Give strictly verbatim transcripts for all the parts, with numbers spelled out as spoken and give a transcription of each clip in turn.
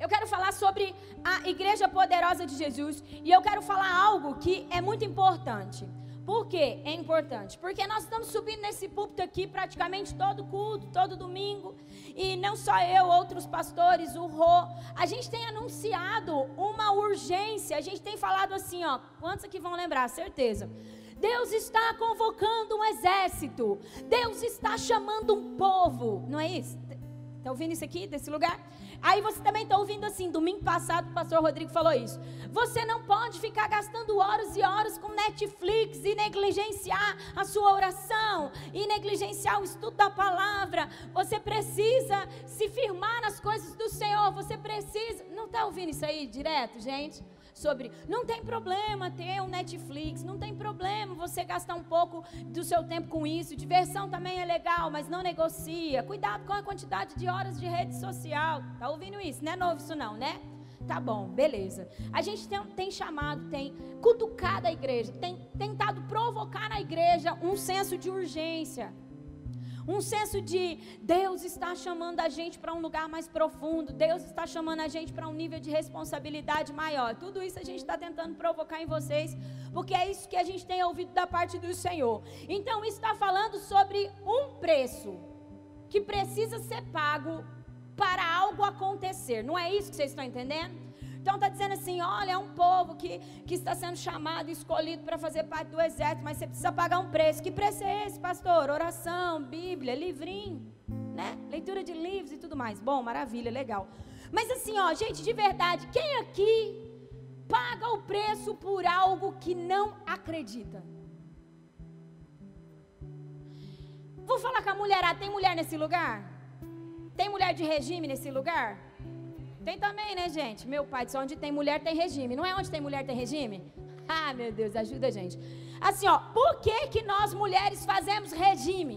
Eu quero falar sobre a igreja poderosa de Jesus. E eu quero falar algo que é muito importante. Por que é importante? Porque nós estamos subindo nesse púlpito aqui praticamente todo culto, todo domingo. E não só eu, outros pastores, o Rô. A gente tem anunciado uma urgência. A gente tem falado assim, ó. Quantos aqui vão lembrar? Certeza. Deus está convocando um exército. Deus está chamando um povo. Não é isso? Está ouvindo isso aqui, desse lugar? Aí você também está ouvindo assim, domingo passado o pastor Rodrigo falou isso. Você não pode ficar gastando horas e horas com Netflix e negligenciar a sua oração, e negligenciar o estudo da palavra. Você precisa se firmar nas coisas do Senhor, você precisa... Não está ouvindo isso aí direto, gente? Sobre, não tem problema ter um Netflix, não tem problema você gastar um pouco do seu tempo com isso, diversão também é legal, mas não negocia, cuidado com a quantidade de horas de rede social, tá ouvindo isso? Não é novo isso não, né? Tá bom, beleza. A gente tem, tem chamado, tem cutucado a igreja, tem tentado provocar na igreja um senso de urgência, um senso de Deus está chamando a gente para um lugar mais profundo, Deus está chamando a gente para um nível de responsabilidade maior. Tudo isso a gente está tentando provocar em vocês, porque é isso que a gente tem ouvido da parte do Senhor. Então isso está falando sobre um preço que precisa ser pago para algo acontecer. Não é isso que vocês estão entendendo? Então está dizendo assim, olha, é um povo que, que está sendo chamado, escolhido para fazer parte do exército, mas você precisa pagar um preço. Que preço é esse, pastor? Oração, Bíblia, livrinho, né? Leitura de livros e tudo mais. Bom, maravilha, legal. Mas assim, ó, gente, de verdade, quem aqui paga o preço por algo que não acredita? Vou falar com a mulherada, tem mulher nesse lugar? Tem mulher de regime nesse lugar? Tem também, né, gente? Meu pai disse, onde tem mulher tem regime. Não é onde tem mulher tem regime? Ah, meu Deus, ajuda a gente. Assim, ó, por que que nós mulheres fazemos regime?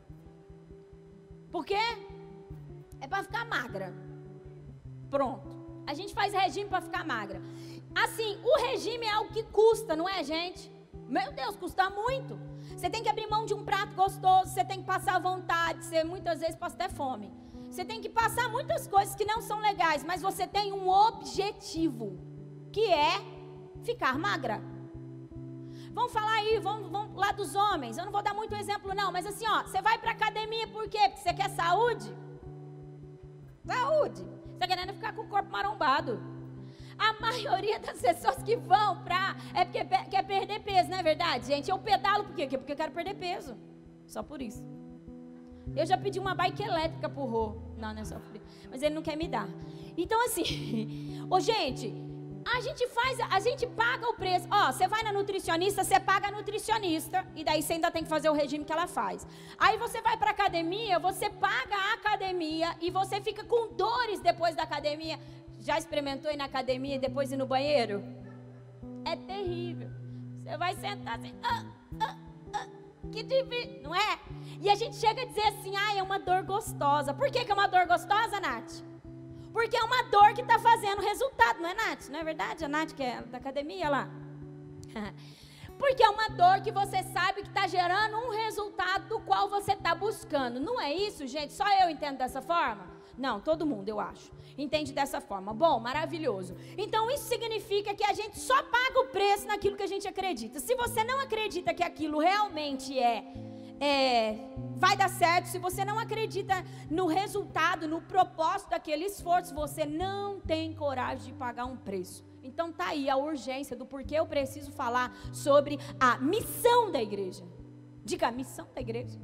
Por quê? É para ficar magra. Pronto. A gente faz regime para ficar magra. Assim, o regime é algo que custa, não é, gente? Meu Deus, custa muito. Você tem que abrir mão de um prato gostoso, você tem que passar vontade, você muitas vezes passa até fome. Você tem que passar muitas coisas que não são legais, mas você tem um objetivo, que é ficar magra. Vamos falar aí, vamos, vamos lá dos homens. Eu não vou dar muito exemplo não, mas assim, ó, você vai pra academia por quê? Porque você quer saúde? Saúde. Você está querendo ficar com o corpo marombado. A maioria das pessoas que vão pra... É porque quer perder peso, não é verdade, gente? Eu pedalo por quê? Porque eu quero perder peso. Só por isso. Eu já pedi uma bike elétrica pro Rô. Não, não é só por isso. Mas ele não quer me dar. Então assim... Ô, gente... A gente faz... A gente paga o preço. Ó, você vai na nutricionista, você paga a nutricionista. E daí você ainda tem que fazer o regime que ela faz. Aí você vai pra academia, você paga a academia. E você fica com dores depois da academia. Já experimentou ir na academia e depois ir no banheiro? É terrível. Você vai sentar assim... Ah, ah, ah, que difícil, não é? E a gente chega a dizer assim, ah, é uma dor gostosa. Por que que é uma dor gostosa, Nath? Porque é uma dor que está fazendo resultado, não é, Nath? Não é verdade? A Nath que é da academia lá. Porque é uma dor que você sabe que está gerando um resultado do qual você está buscando. Não é isso, gente? Só eu entendo dessa forma? Não, todo mundo, eu acho. Entende dessa forma. Bom, maravilhoso. Então, isso significa que a gente só paga o preço naquilo que a gente acredita. Se você não acredita que aquilo realmente é, é, vai dar certo, se você não acredita no resultado, no propósito daquele esforço, você não tem coragem de pagar um preço. Então, tá aí a urgência do porquê eu preciso falar sobre a missão da igreja. Diga, a missão da igreja.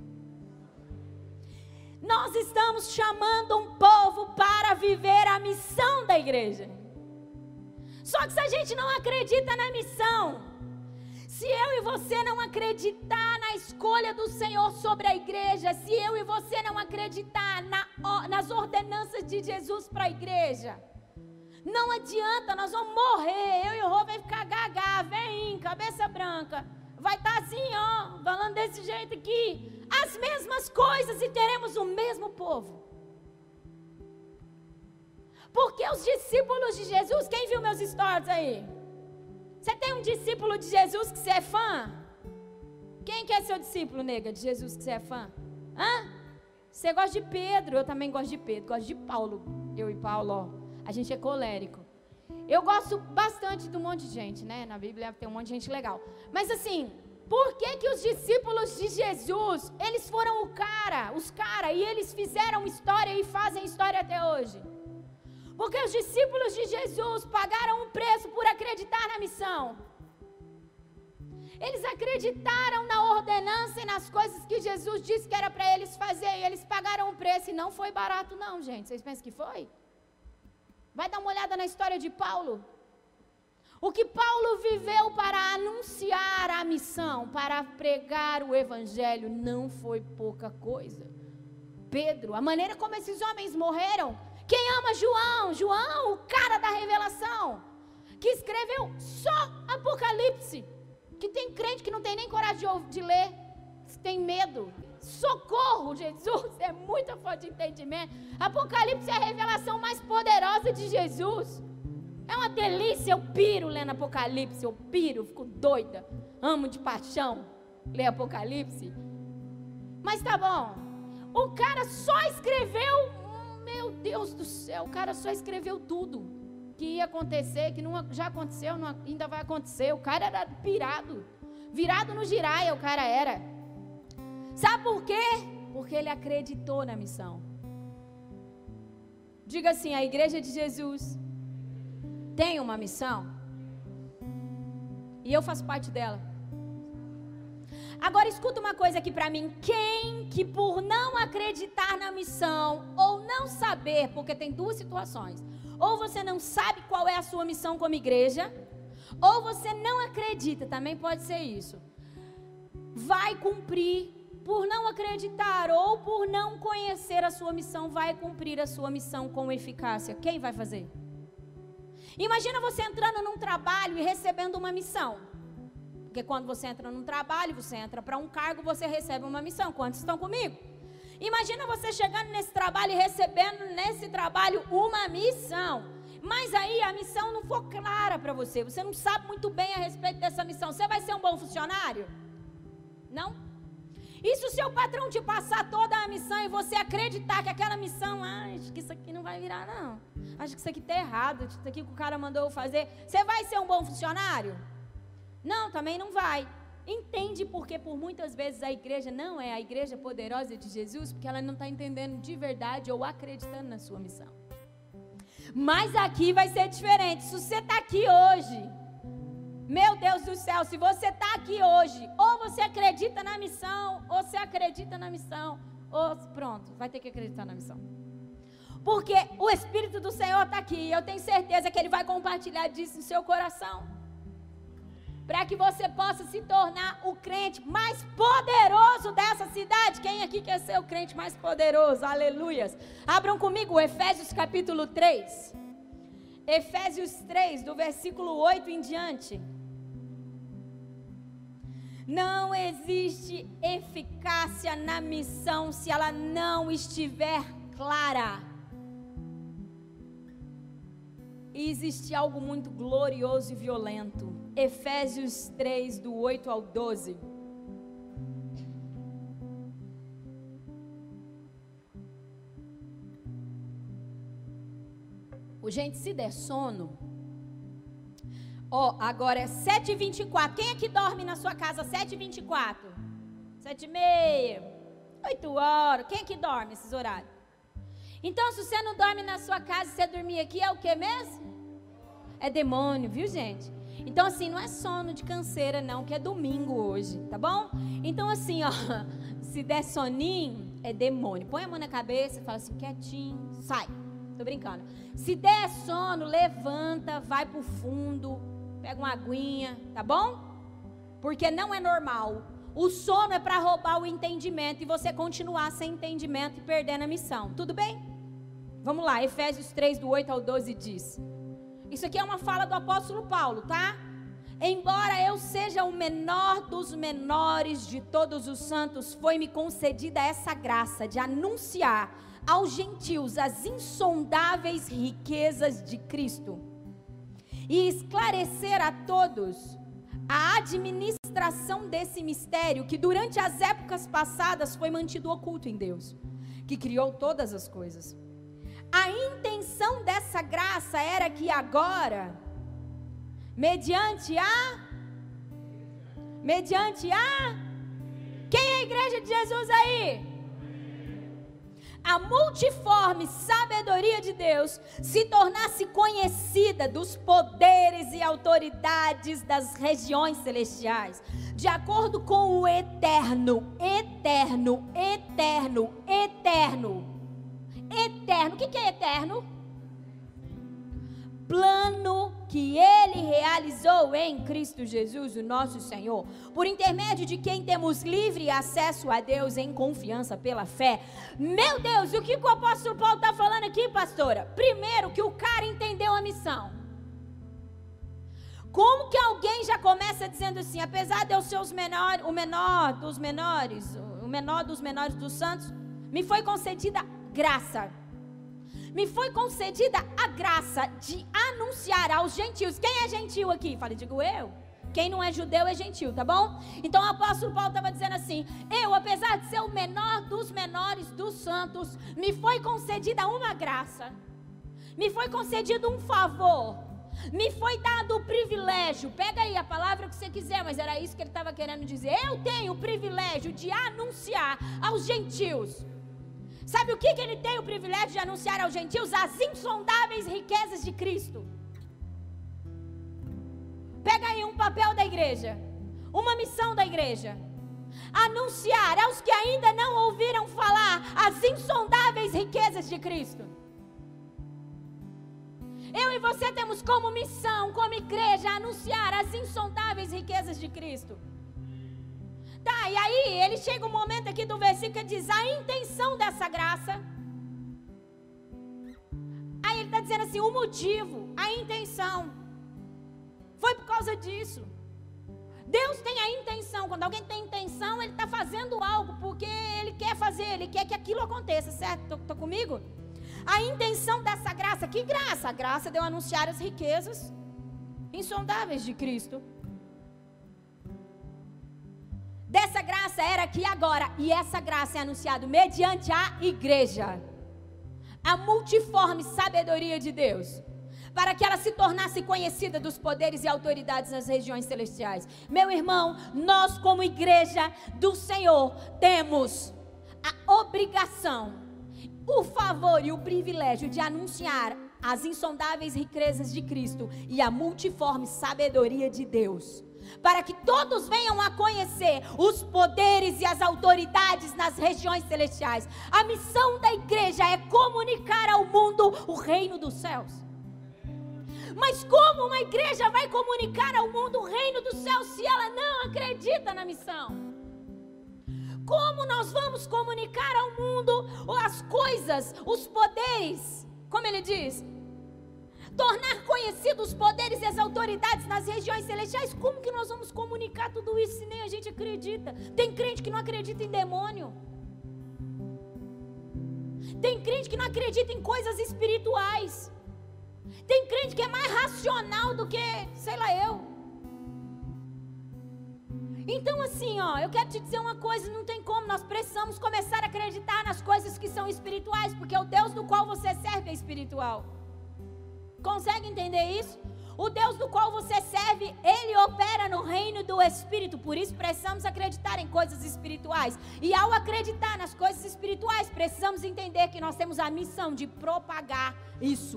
Nós estamos chamando um povo para viver a missão da igreja. Só que se a gente não acredita na missão, se eu e você não acreditar na escolha do Senhor sobre a igreja, se eu e você não acreditar na, nas ordenanças de Jesus para a igreja, não adianta, nós vamos morrer. Eu e o Rô vai ficar gaga, vem, cabeça branca. Vai estar assim, ó, falando desse jeito aqui. As mesmas coisas e teremos o mesmo povo. Porque os discípulos de Jesus, quem viu meus stories aí? Você tem um discípulo de Jesus que você é fã? Quem que é seu discípulo, nega, de Jesus que você é fã? Hã? Você gosta de Pedro, eu também gosto de Pedro, gosto de Paulo, eu e Paulo, ó. A gente é colérico. Eu gosto bastante de um monte de gente, né? Na Bíblia tem um monte de gente legal. Mas assim, por que que os discípulos de Jesus, eles foram o cara, os cara, e eles fizeram história e fazem história até hoje? Porque os discípulos de Jesus pagaram um preço por acreditar na missão. Eles acreditaram na ordenança e nas coisas que Jesus disse que era para eles fazer, e eles pagaram um preço, e não foi barato não, gente. Vocês pensam que foi? Vai dar uma olhada na história de Paulo. O que Paulo viveu para anunciar a missão, para pregar o evangelho, não foi pouca coisa. Pedro, a maneira como esses homens morreram. Quem ama João? João, o cara da revelação, que escreveu só Apocalipse, que tem crente que não tem nem coragem de, de ler, tem medo. Socorro, Jesus, é muita falta de entendimento. Apocalipse é a revelação mais poderosa de Jesus. É uma delícia, eu piro lendo Apocalipse, eu piro, fico doida, amo de paixão ler Apocalipse. Mas tá bom, o cara só escreveu, meu Deus do céu, o cara só escreveu tudo que ia acontecer, que não, já aconteceu, não, ainda vai acontecer. O cara era pirado, virado no giraia o cara era. Sabe por quê? Porque ele acreditou na missão. Diga assim, a igreja de Jesus tem uma missão e eu faço parte dela. Agora escuta uma coisa aqui para mim. Quem que por não acreditar na missão ou não saber, porque tem duas situações, ou você não sabe qual é a sua missão como igreja, ou você não acredita, também pode ser isso, vai cumprir, por não acreditar ou por não conhecer a sua missão, vai cumprir a sua missão com eficácia. Quem vai fazer? Imagina você entrando num trabalho e recebendo uma missão. Porque quando você entra num trabalho, você entra para um cargo, você recebe uma missão. Quantos estão comigo? Imagina você chegando nesse trabalho e recebendo nesse trabalho uma missão. Mas aí a missão não for clara para você. Você não sabe muito bem a respeito dessa missão. Você vai ser um bom funcionário? Não? E se o seu patrão te passar toda a missão e você acreditar que aquela missão, ah, acho que isso aqui não vai virar não, acho que isso aqui está errado, isso aqui que o cara mandou eu fazer, você vai ser um bom funcionário? Não, também não vai. Entende porque por muitas vezes a igreja não é a igreja poderosa de Jesus, porque ela não está entendendo de verdade ou acreditando na sua missão. Mas aqui vai ser diferente. Se você está aqui hoje, meu Deus do céu, se você está aqui hoje, ou você acredita na missão, ou você acredita na missão, ou pronto, vai ter que acreditar na missão. Porque o Espírito do Senhor está aqui, e eu tenho certeza que Ele vai compartilhar disso no seu coração, para que você possa se tornar o crente mais poderoso dessa cidade. Quem aqui quer ser o crente mais poderoso? Aleluias. Abram comigo Efésios capítulo três. Efésios três, do versículo oito em diante. Não existe eficácia na missão se ela não estiver clara. E existe algo muito glorioso e violento. Efésios três, do oito ao doze. O gente, se der sono, ó, agora é sete e vinte e quatro. Quem é que dorme na sua casa sete e vinte e quatro? sete e meia, oito horas. Quem é que dorme esses horários? Então, se você não dorme na sua casa, você dormir aqui, é o que mesmo? É demônio, viu, gente? Então, assim, não é sono de canseira, não, que é domingo hoje, tá bom? Então, assim, ó, se der soninho, é demônio. Põe a mão na cabeça e fala assim, quietinho, sai. Tô brincando. Se der sono, levanta, vai pro fundo, pega uma aguinha, tá bom? Porque não é normal. O sono é para roubar o entendimento e você continuar sem entendimento e perdendo a missão. Tudo bem? Vamos lá, Efésios três, do oito ao doze diz. Isso aqui é uma fala do apóstolo Paulo, tá? Embora eu seja o menor dos menores de todos os santos, foi-me concedida essa graça de anunciar aos gentios as insondáveis riquezas de Cristo e esclarecer a todos a administração desse mistério que durante as épocas passadas foi mantido oculto em Deus, que criou todas as coisas. A intenção dessa graça era que agora, mediante a, mediante a, quem é a igreja de Jesus aí? A multiforme sabedoria de Deus se tornasse conhecida dos poderes e autoridades das regiões celestiais, de acordo com o eterno, eterno, eterno, eterno, eterno. O que é eterno? Plano que Ele realizou em Cristo Jesus, o nosso Senhor, por intermédio de quem temos livre acesso a Deus em confiança pela fé. Meu Deus, o que o apóstolo Paulo está falando aqui, pastora? Primeiro, que o cara entendeu a missão. Como que alguém já começa dizendo assim, apesar de eu ser os menor, o menor dos menores, o menor dos menores dos santos, me foi concedida graça. Me foi concedida a graça de anunciar aos gentios. Quem é gentil aqui? Fala, digo eu. Quem não é judeu é gentil, tá bom? Então o apóstolo Paulo estava dizendo assim, eu, apesar de ser o menor dos menores dos santos, me foi concedida uma graça. Me foi concedido um favor. Me foi dado o privilégio. Pega aí a palavra que você quiser, mas era isso que ele estava querendo dizer. Eu tenho o privilégio de anunciar aos gentios. Sabe o que, que ele tem o privilégio de anunciar aos gentios? As insondáveis riquezas de Cristo. Pega aí um papel da igreja, uma missão da igreja. Anunciar aos que ainda não ouviram falar as insondáveis riquezas de Cristo. Eu e você temos como missão, como igreja, anunciar as insondáveis riquezas de Cristo. Tá, e aí ele chega um momento aqui do versículo que diz a intenção dessa graça. Aí ele está dizendo assim, o motivo, a intenção. Foi por causa disso. Deus tem a intenção, quando alguém tem intenção, ele está fazendo algo, porque ele quer fazer, ele quer que aquilo aconteça, certo? Está comigo? A intenção dessa graça, que graça? A graça de eu anunciar as riquezas insondáveis de Cristo. Dessa graça era que agora, e essa graça é anunciada mediante a igreja, a multiforme sabedoria de Deus, para que ela se tornasse conhecida dos poderes e autoridades nas regiões celestiais. Meu irmão, nós como igreja do Senhor, temos a obrigação, o favor e o privilégio de anunciar as insondáveis riquezas de Cristo e a multiforme sabedoria de Deus, para que todos venham a conhecer os poderes e as autoridades nas regiões celestiais. A missão da igreja é comunicar ao mundo o reino dos céus. Mas como uma igreja vai comunicar ao mundo o reino dos céus se ela não acredita na missão? Como nós vamos comunicar ao mundo as coisas, os poderes, como ele diz, tornar conhecidos os poderes e as autoridades nas regiões celestiais? Como que nós vamos comunicar tudo isso se nem a gente acredita? Tem crente que não acredita em demônio. Tem crente que não acredita em coisas espirituais. Tem crente que é mais racional do que, sei lá, eu. Então assim, ó, eu quero te dizer uma coisa, não tem como, nós precisamos começar a acreditar nas coisas que são espirituais, porque o Deus do qual você serve é espiritual. Consegue entender isso? O Deus do qual você serve, Ele opera no reino do Espírito. Por isso precisamos acreditar em coisas espirituais. E ao acreditar nas coisas espirituais, precisamos entender que nós temos a missão de propagar isso.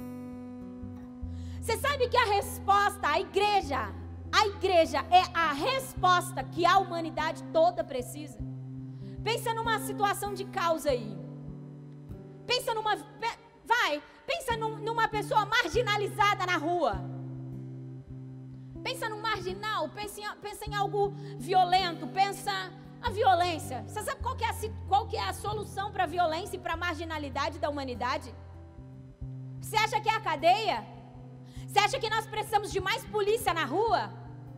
Você sabe que a resposta, a igreja, a igreja é a resposta que a humanidade toda precisa. Pensa numa situação de causa aí. Pensa numa... Vai... Pensa num, numa pessoa marginalizada na rua. Pensa num marginal, pensa em, pensa em algo violento, pensa a violência. Você sabe qual que é a, qual que é a solução para a violência e para a marginalidade da humanidade? Você acha que é a cadeia? Você acha que nós precisamos de mais polícia na rua?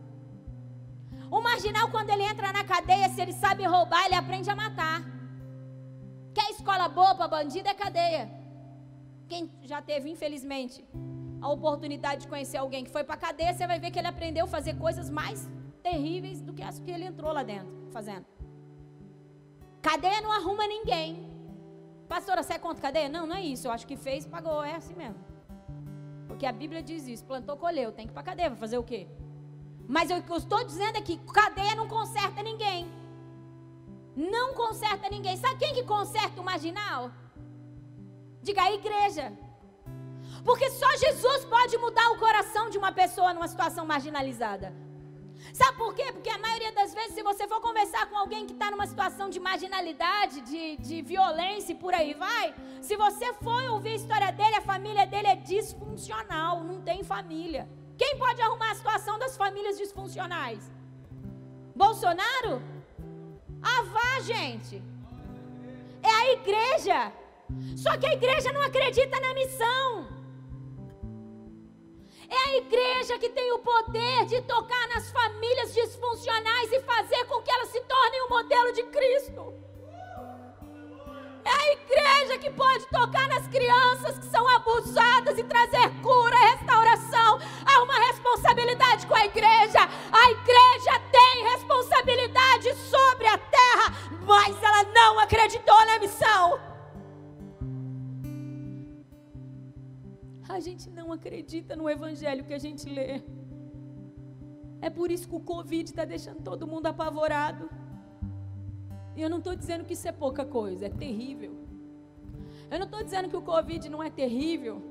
O marginal, quando ele entra na cadeia, se ele sabe roubar, ele aprende a matar. Quer escola boa para bandido é cadeia. Quem já teve, infelizmente, a oportunidade de conhecer alguém que foi para a cadeia, você vai ver que ele aprendeu a fazer coisas mais terríveis do que as que ele entrou lá dentro fazendo. Cadeia não arruma ninguém. pastora, você é contra cadeia? Não, não é isso. Eu acho que fez, pagou. É assim mesmo. Porque a Bíblia diz isso. Plantou, colheu. Tem que ir para cadeia. Vai fazer o quê? Mas o que eu estou dizendo é que cadeia não conserta ninguém. Não conserta ninguém. Sabe quem que conserta o marginal? Diga, a igreja. Porque só Jesus pode mudar o coração de uma pessoa numa situação marginalizada. Sabe por quê? Porque a maioria das vezes, se você for conversar com alguém que está numa situação de marginalidade, de, de violência e por aí vai, se você for ouvir a história dele, a família dele é disfuncional, não tem família. Quem pode arrumar a situação das famílias disfuncionais? Bolsonaro? Ah, vá, gente. É a igreja. Só que a igreja não acredita na missão. É a igreja que tem o poder de tocar nas famílias disfuncionais e fazer com que elas se tornem um modelo de Cristo. É a igreja que pode tocar nas crianças que são abusadas e trazer cura e restauração. Há uma responsabilidade com a igreja. A igreja tem responsabilidade sobre a terra, mas ela não acreditou na missão. A gente não acredita no evangelho que a gente lê. É por isso que o Covid está deixando todo mundo apavorado. E eu não estou dizendo que isso é pouca coisa, é terrível. Eu não estou dizendo que o Covid não é terrível.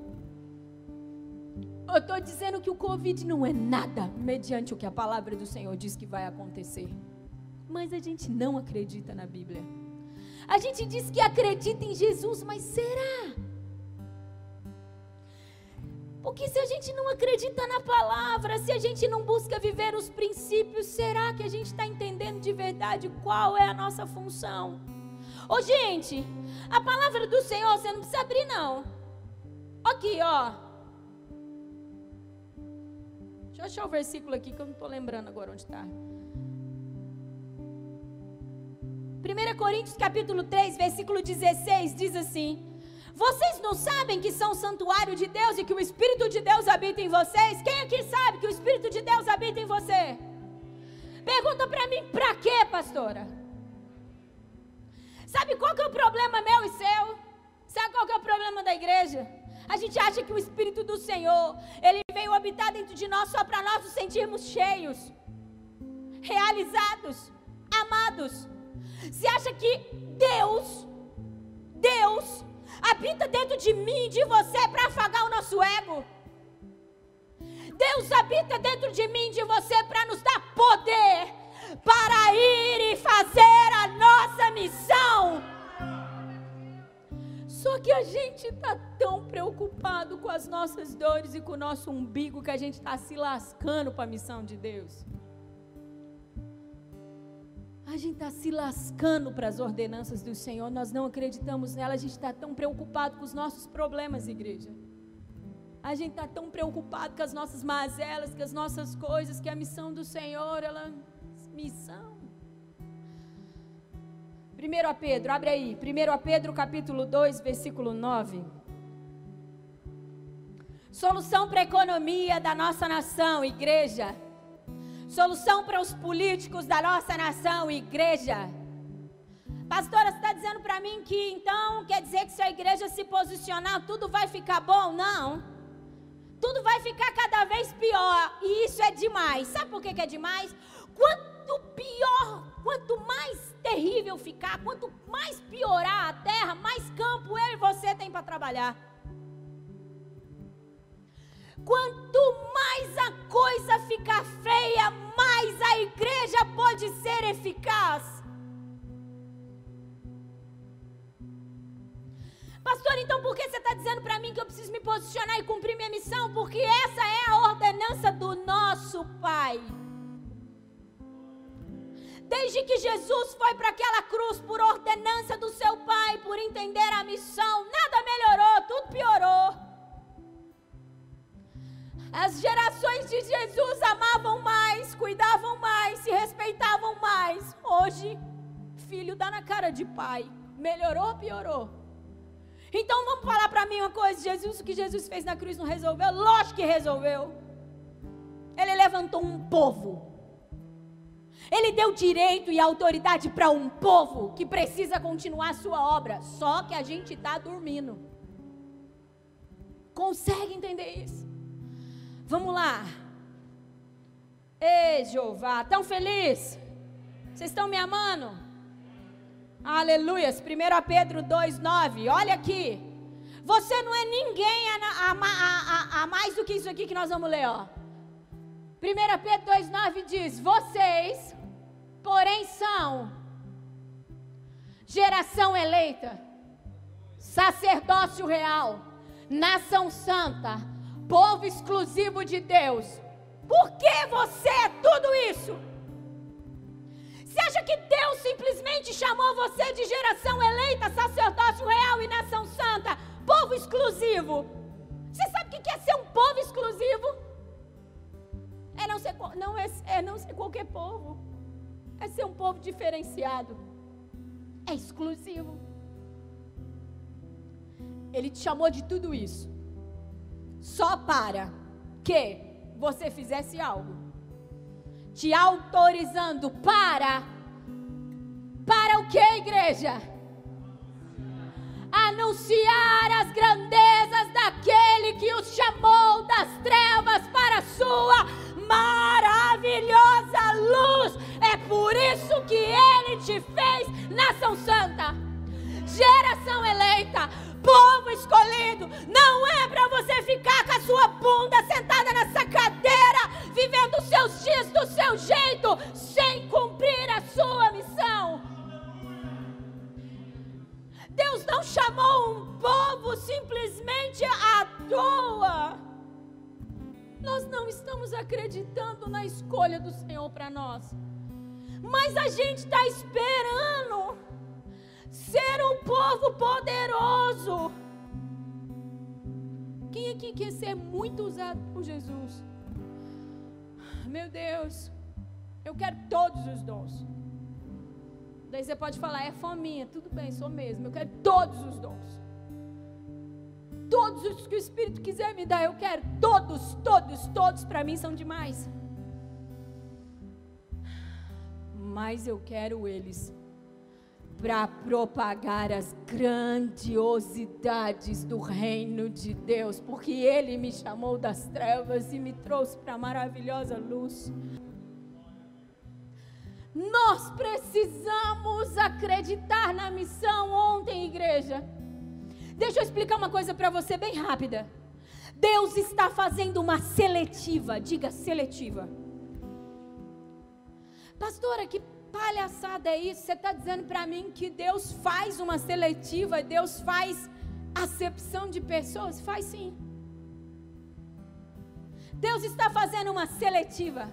Eu estou dizendo que o Covid não é nada mediante o que a palavra do Senhor diz que vai acontecer. Mas a gente não acredita na Bíblia. A gente diz que acredita em Jesus, mas será? Porque se a gente não acredita na palavra, se a gente não busca viver os princípios, será que a gente está entendendo de verdade qual é a nossa função? Ô gente, a palavra do Senhor, você não precisa abrir não. Aqui, ó. Deixa eu achar o versículo aqui que eu não estou lembrando agora onde está. primeira Coríntios capítulo três, versículo dezesseis, diz assim: vocês não sabem que são santuário de Deus e que o Espírito de Deus habita em vocês? Quem aqui sabe que o Espírito de Deus habita em você? Pergunta para mim, para quê, pastora? Sabe qual que é o problema meu e seu? Sabe qual que é o problema da igreja? A gente acha que o Espírito do Senhor, Ele veio habitar dentro de nós só para nós nos sentirmos cheios, realizados, amados. Você acha que Deus, Deus... habita dentro de mim e de você para afagar o nosso ego? Deus habita dentro de mim e de você para nos dar poder para ir e fazer a nossa missão. Só que a gente está tão preocupado com as nossas dores e com o nosso umbigo que a gente está se lascando para a missão de Deus. A gente está se lascando para as ordenanças do Senhor, nós não acreditamos nela, a gente está tão preocupado com os nossos problemas, igreja. A gente está tão preocupado com as nossas mazelas, com as nossas coisas, que a missão do Senhor, ela... missão. primeiro Pedro, abre aí, primeiro Pedro capítulo dois, versículo nove. Solução para a economia da nossa nação, igreja. Solução para os políticos da nossa nação, igreja. Pastora, você está dizendo para mim que então quer dizer que se a igreja se posicionar, tudo vai ficar bom? Não. Tudo vai ficar cada vez pior. E isso é demais. Sabe por que que é demais? Quanto pior, quanto mais terrível ficar, quanto mais piorar a terra, mais campo eu e você tem para trabalhar. Quanto mais a coisa ficar feia, mais a igreja pode ser eficaz. Pastor, então por que você está dizendo para mim que eu preciso me posicionar e cumprir minha missão? Porque essa é a ordenança do nosso Pai. Desde que Jesus foi para aquela cruz por ordenança do seu Pai, por entender a missão, nada melhorou, tudo piorou. As gerações de Jesus amavam mais, cuidavam mais, se respeitavam mais. Hoje, filho dá na cara de pai. Melhorou ou piorou? Então vamos falar para mim uma coisa. Jesus, o que Jesus fez na cruz não resolveu? Lógico que resolveu. Ele levantou um povo. Ele deu direito e autoridade para um povo que precisa continuar a sua obra, só que a gente está dormindo. Consegue entender isso? Vamos lá. Ei, Jeová, tão feliz? Vocês estão me amando? Aleluias. primeiro Pedro dois, nove, olha aqui. Você não é ninguém a, a, a, a mais do que isso aqui que nós vamos ler, ó. primeiro Pedro dois, nove diz: vocês, porém, são geração eleita, sacerdócio real, nação santa, povo exclusivo de Deus. Por que você é tudo isso? Você acha que Deus simplesmente chamou você de geração eleita, sacerdócio real e nação santa, povo exclusivo? Você sabe o que é ser um povo exclusivo? É não ser, não é, é não ser qualquer povo. É ser um povo diferenciado. É exclusivo. Ele te chamou de tudo isso só para que você fizesse algo, te autorizando para para o que, igreja? Anunciar as grandezas daquele que os chamou das trevas para a sua maravilhosa luz. É por isso que Ele te fez nação santa, geração eleita, povo escolhido. Não é para você ficar com a sua bunda sentada nessa cadeira, vivendo os seus dias do seu jeito, sem cumprir a sua missão. Deus não chamou um povo simplesmente à toa. Nós não estamos acreditando na escolha do Senhor para nós, mas a gente está esperando ser um povo poderoso. Quem aqui quer ser muito usado por Jesus? Meu Deus, eu quero todos os dons. Daí você pode falar, é fominha, tudo bem, sou mesmo. Eu quero todos os dons. Todos os que o Espírito quiser me dar, eu quero. Todos, todos, todos para mim são demais. Mas eu quero eles para propagar as grandiosidades do reino de Deus, porque Ele me chamou das trevas e me trouxe para a maravilhosa luz. Nós precisamos acreditar na missão ontem, igreja. Deixa eu explicar uma coisa para você bem rápida. Deus está fazendo uma seletiva, diga seletiva. Pastora, que palhaçada é isso? Você está dizendo para mim que Deus faz uma seletiva, Deus faz acepção de pessoas? Faz sim. Deus está fazendo uma seletiva.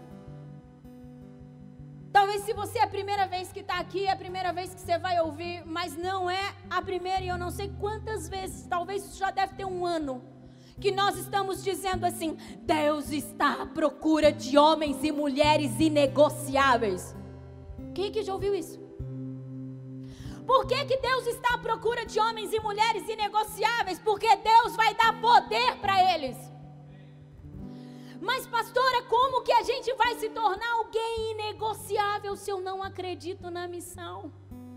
Talvez se você é a primeira vez que está aqui, é a primeira vez que você vai ouvir, mas não é a primeira e eu não sei quantas vezes, talvez já deve ter um ano, que nós estamos dizendo assim, Deus está à procura de homens e mulheres inegociáveis. Quem que já ouviu isso? Por que que Deus está à procura de homens e mulheres inegociáveis? Porque Deus vai dar poder para eles. Mas pastora, como que a gente vai se tornar alguém inegociável se eu não acredito na missão?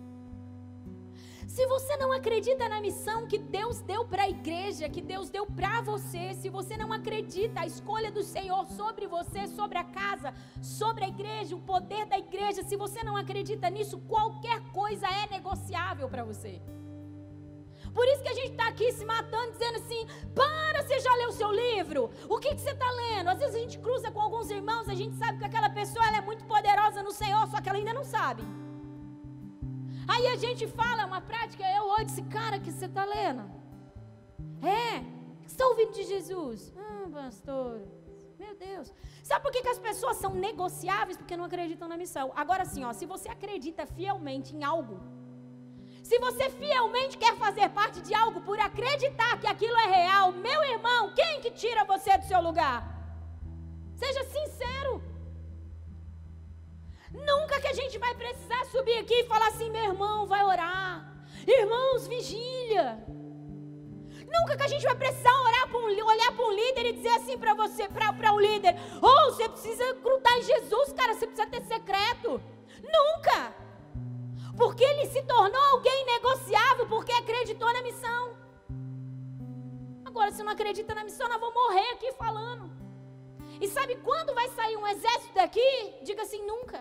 Se você não acredita na missão que Deus deu para a igreja, que Deus deu para você, se você não acredita a escolha do Senhor sobre você, sobre a casa, sobre a igreja, o poder da igreja, se você não acredita nisso, qualquer coisa é negociável para você. Por isso que a gente está aqui se matando, dizendo assim, para, você já leu o seu livro? O que, que você está lendo? Às vezes a gente cruza com alguns irmãos, a gente sabe que aquela pessoa ela é muito poderosa no Senhor, só que ela ainda não sabe. Aí a gente fala uma prática, eu olho desse cara que você está lendo. É, você está ouvindo de Jesus? Ah, pastor, meu Deus. Sabe por que, que as pessoas são negociáveis? Porque não acreditam na missão. Agora sim, ó, se você acredita fielmente em algo, se você fielmente quer fazer parte de algo por acreditar que aquilo é real, meu irmão, quem que tira você do seu lugar? Seja sincero. Nunca que a gente vai precisar subir aqui e falar assim, meu irmão, vai orar. Irmãos, vigília. Nunca que a gente vai precisar orar pra um, olhar para um líder e dizer assim para você, para o líder: oh, você precisa grudar em Jesus, cara, você precisa ter secreto. Nunca. Porque ele se tornou alguém negociável, porque acreditou na missão. Agora, se não acredita na missão, nós vamos morrer aqui falando. E sabe quando vai sair um exército daqui? Diga assim: nunca.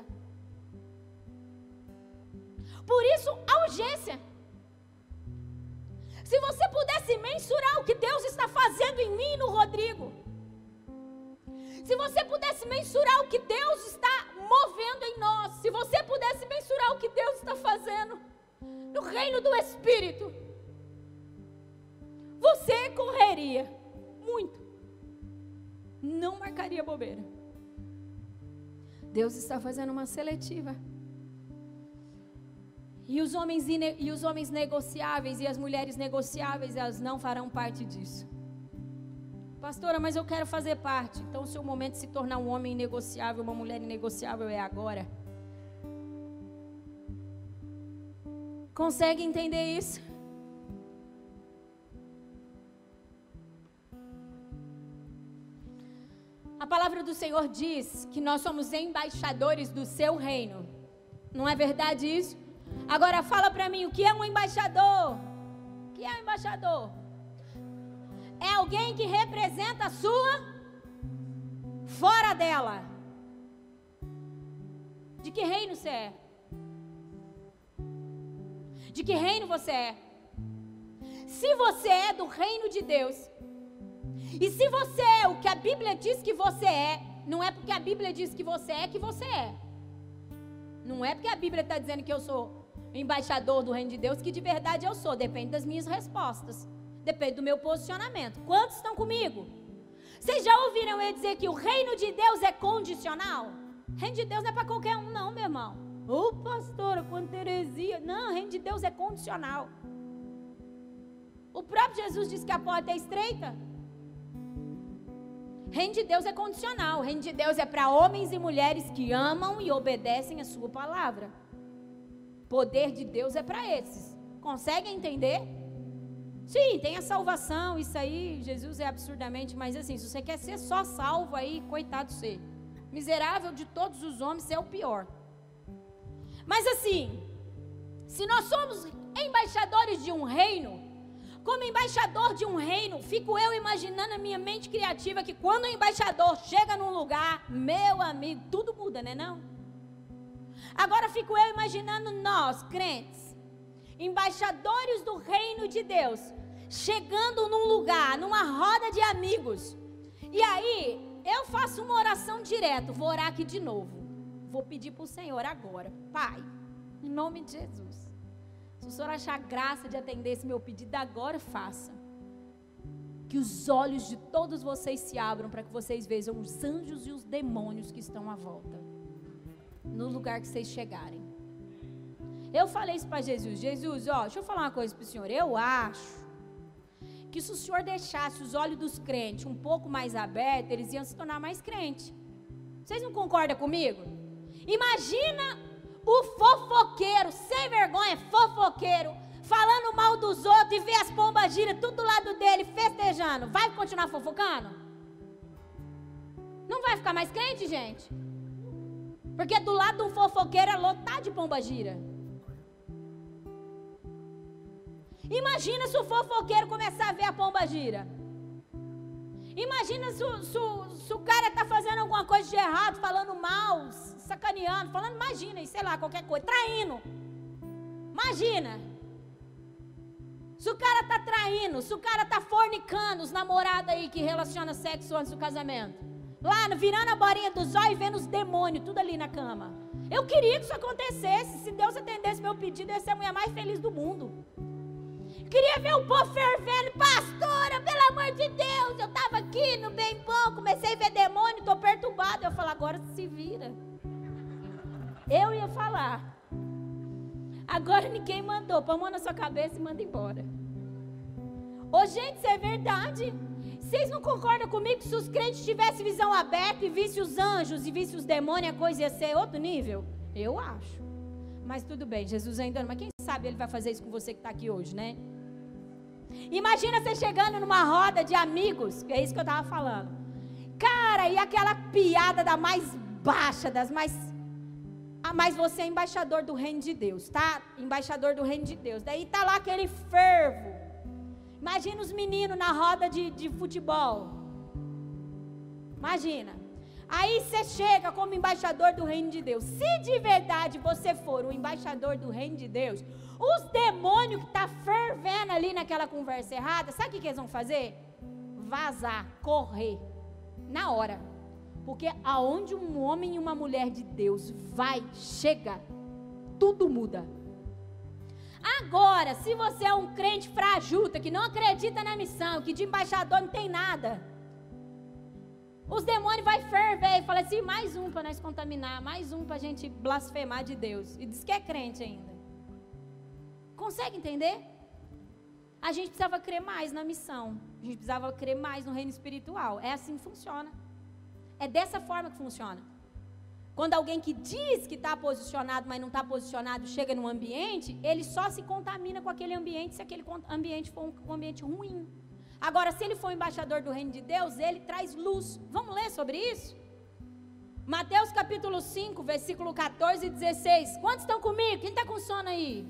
Por isso, a urgência. Se você pudesse mensurar o que Deus está fazendo em mim e no Rodrigo, se você pudesse mensurar o que Deus está movendo em nós, se você pudesse mensurar o que Deus está fazendo no reino do Espírito, você correria muito, não marcaria bobeira. Deus está fazendo uma seletiva. E os homens, e os homens negociáveis e as mulheres negociáveis, elas não farão parte disso. Pastora, mas eu quero fazer parte. Então o seu momento de se tornar um homem negociável, uma mulher negociável é agora. Consegue entender isso? A palavra do Senhor diz que nós somos embaixadores do seu reino. Não é verdade isso? Agora fala para mim, o que é um embaixador? O que é um embaixador? É alguém que representa a sua fora dela. De que reino você é? De que reino você é? Se você é do reino de Deus, e se você é o que a Bíblia diz que você é, não é porque a Bíblia diz que você é que você é. Não é porque a Bíblia está dizendo que eu sou embaixador do reino de Deus que de verdade eu sou. Depende das minhas respostas. Depende do meu posicionamento. Quantos estão comigo? Vocês já ouviram eu dizer que o reino de Deus é condicional? O reino de Deus não é para qualquer um não, meu irmão. Ô oh, pastora, quanta heresia. Não, o reino de Deus é condicional. O próprio Jesus disse que a porta é estreita. Reino de Deus é condicional. O reino de Deus é para homens e mulheres que amam e obedecem a sua palavra. Poder de Deus é para esses. Conseguem entender? Sim, tem a salvação, isso aí, Jesus é absurdamente, mas assim, se você quer ser só salvo aí, coitado você. Miserável de todos os homens, você é o pior. Mas assim, se nós somos embaixadores de um reino, como embaixador de um reino, fico eu imaginando a minha mente criativa que quando o embaixador chega num lugar, meu amigo, tudo muda, né não? Agora fico eu imaginando nós, crentes, embaixadores do reino de Deus, chegando num lugar, numa roda de amigos, e aí eu faço uma oração direto, vou orar aqui de novo, vou pedir para o Senhor agora, Pai, em nome de Jesus, se o Senhor achar graça de atender esse meu pedido agora, faça, que os olhos de todos vocês se abram para que vocês vejam os anjos e os demônios que estão à volta, no lugar que vocês chegarem. Eu falei isso para Jesus, Jesus, ó, deixa eu falar uma coisa para o Senhor, eu acho que se o Senhor deixasse os olhos dos crentes um pouco mais abertos, eles iam se tornar mais crentes. Vocês não concordam comigo? Imagina o fofoqueiro, sem vergonha, fofoqueiro, falando mal dos outros e ver as pombas giras tudo do lado dele, festejando, vai continuar fofocando? Não vai ficar mais crente, gente? Porque do lado de um fofoqueiro é lotado de pomba gira. Imagina se o fofoqueiro começar a ver a pomba gira. Imagina se, se, se o cara está fazendo alguma coisa de errado, falando mal, sacaneando, falando, imagina, sei lá, qualquer coisa, traindo. Imagina. Se o cara está traindo, se o cara está fornicando, os namorados aí que relacionam sexo antes do casamento. Lá, virando a bolinha dos olhos e vendo os demônios, tudo ali na cama. Eu queria que isso acontecesse. Se Deus atendesse meu pedido, eu ia ser a mulher mais feliz do mundo. Queria ver o povo fervendo. Pastora, pelo amor de Deus, eu estava aqui no bem bom, comecei a ver demônio, estou perturbado. Eu falo, agora se vira. Eu ia falar. Agora ninguém mandou. Põe a mão na sua cabeça e manda embora. Ô gente, isso é verdade. Vocês não concordam comigo que se os crentes tivessem visão aberta e vissem os anjos e vissem os demônios, a coisa ia ser outro nível? Eu acho. Mas tudo bem, Jesus ainda não. Mas quem sabe ele vai fazer isso com você que está aqui hoje, né? Imagina você chegando numa roda de amigos, é isso que eu estava falando. Cara, e aquela piada da mais baixa, das mais... Ah, mas você é embaixador do reino de Deus, tá? Embaixador do reino de Deus. Daí tá lá aquele fervo. Imagina os meninos na roda de, de futebol. Imagina. Aí você chega como embaixador do reino de Deus. Se de verdade você for o embaixador do reino de Deus, os demônios que estão tá fervendo ali naquela conversa errada, sabe o que, que eles vão fazer? Vazar, correr, na hora. Porque aonde um homem e uma mulher de Deus vai, chega, tudo muda. Agora, se você é um crente frajuta, que não acredita na missão, que de embaixador não tem nada, os demônios vão ferver e falam assim, mais um para nós contaminar, mais um para a gente blasfemar de Deus. E diz que é crente ainda. Consegue entender? A gente precisava crer mais na missão. A gente precisava crer mais no reino espiritual. É assim que funciona. É dessa forma que funciona. Quando alguém que diz que está posicionado, mas não está posicionado, chega num ambiente, ele só se contamina com aquele ambiente se aquele ambiente for um ambiente ruim. Agora, se ele for embaixador do reino de Deus, ele traz luz. Vamos ler sobre isso? Mateus capítulo cinco, versículo quatorze e dezesseis. Quantos estão comigo? Quem está com sono aí?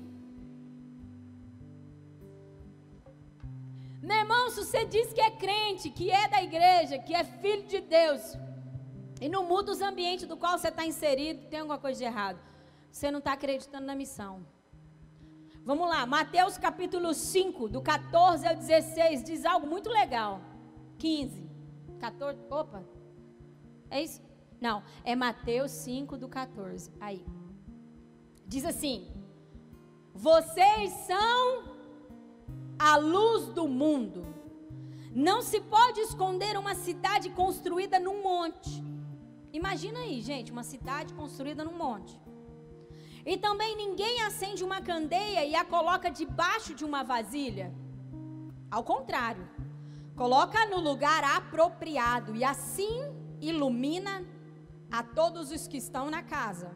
Meu irmão, se você diz que é crente, que é da igreja, que é filho de Deus, e não muda os ambientes do qual você está inserido, tem alguma coisa de errado. Você não está acreditando na missão. Vamos lá, Mateus capítulo cinco, do quatorze ao dezesseis, diz algo muito legal. quinze, quatorze, opa, é isso? Não, é Mateus cinco, do quatorze, aí. Diz assim, vocês são a luz do mundo. Não se pode esconder uma cidade construída num monte. Imagina aí, gente, uma cidade construída num monte. E também ninguém acende uma candeia e a coloca debaixo de uma vasilha. Ao contrário, coloca no lugar apropriado e assim ilumina a todos os que estão na casa.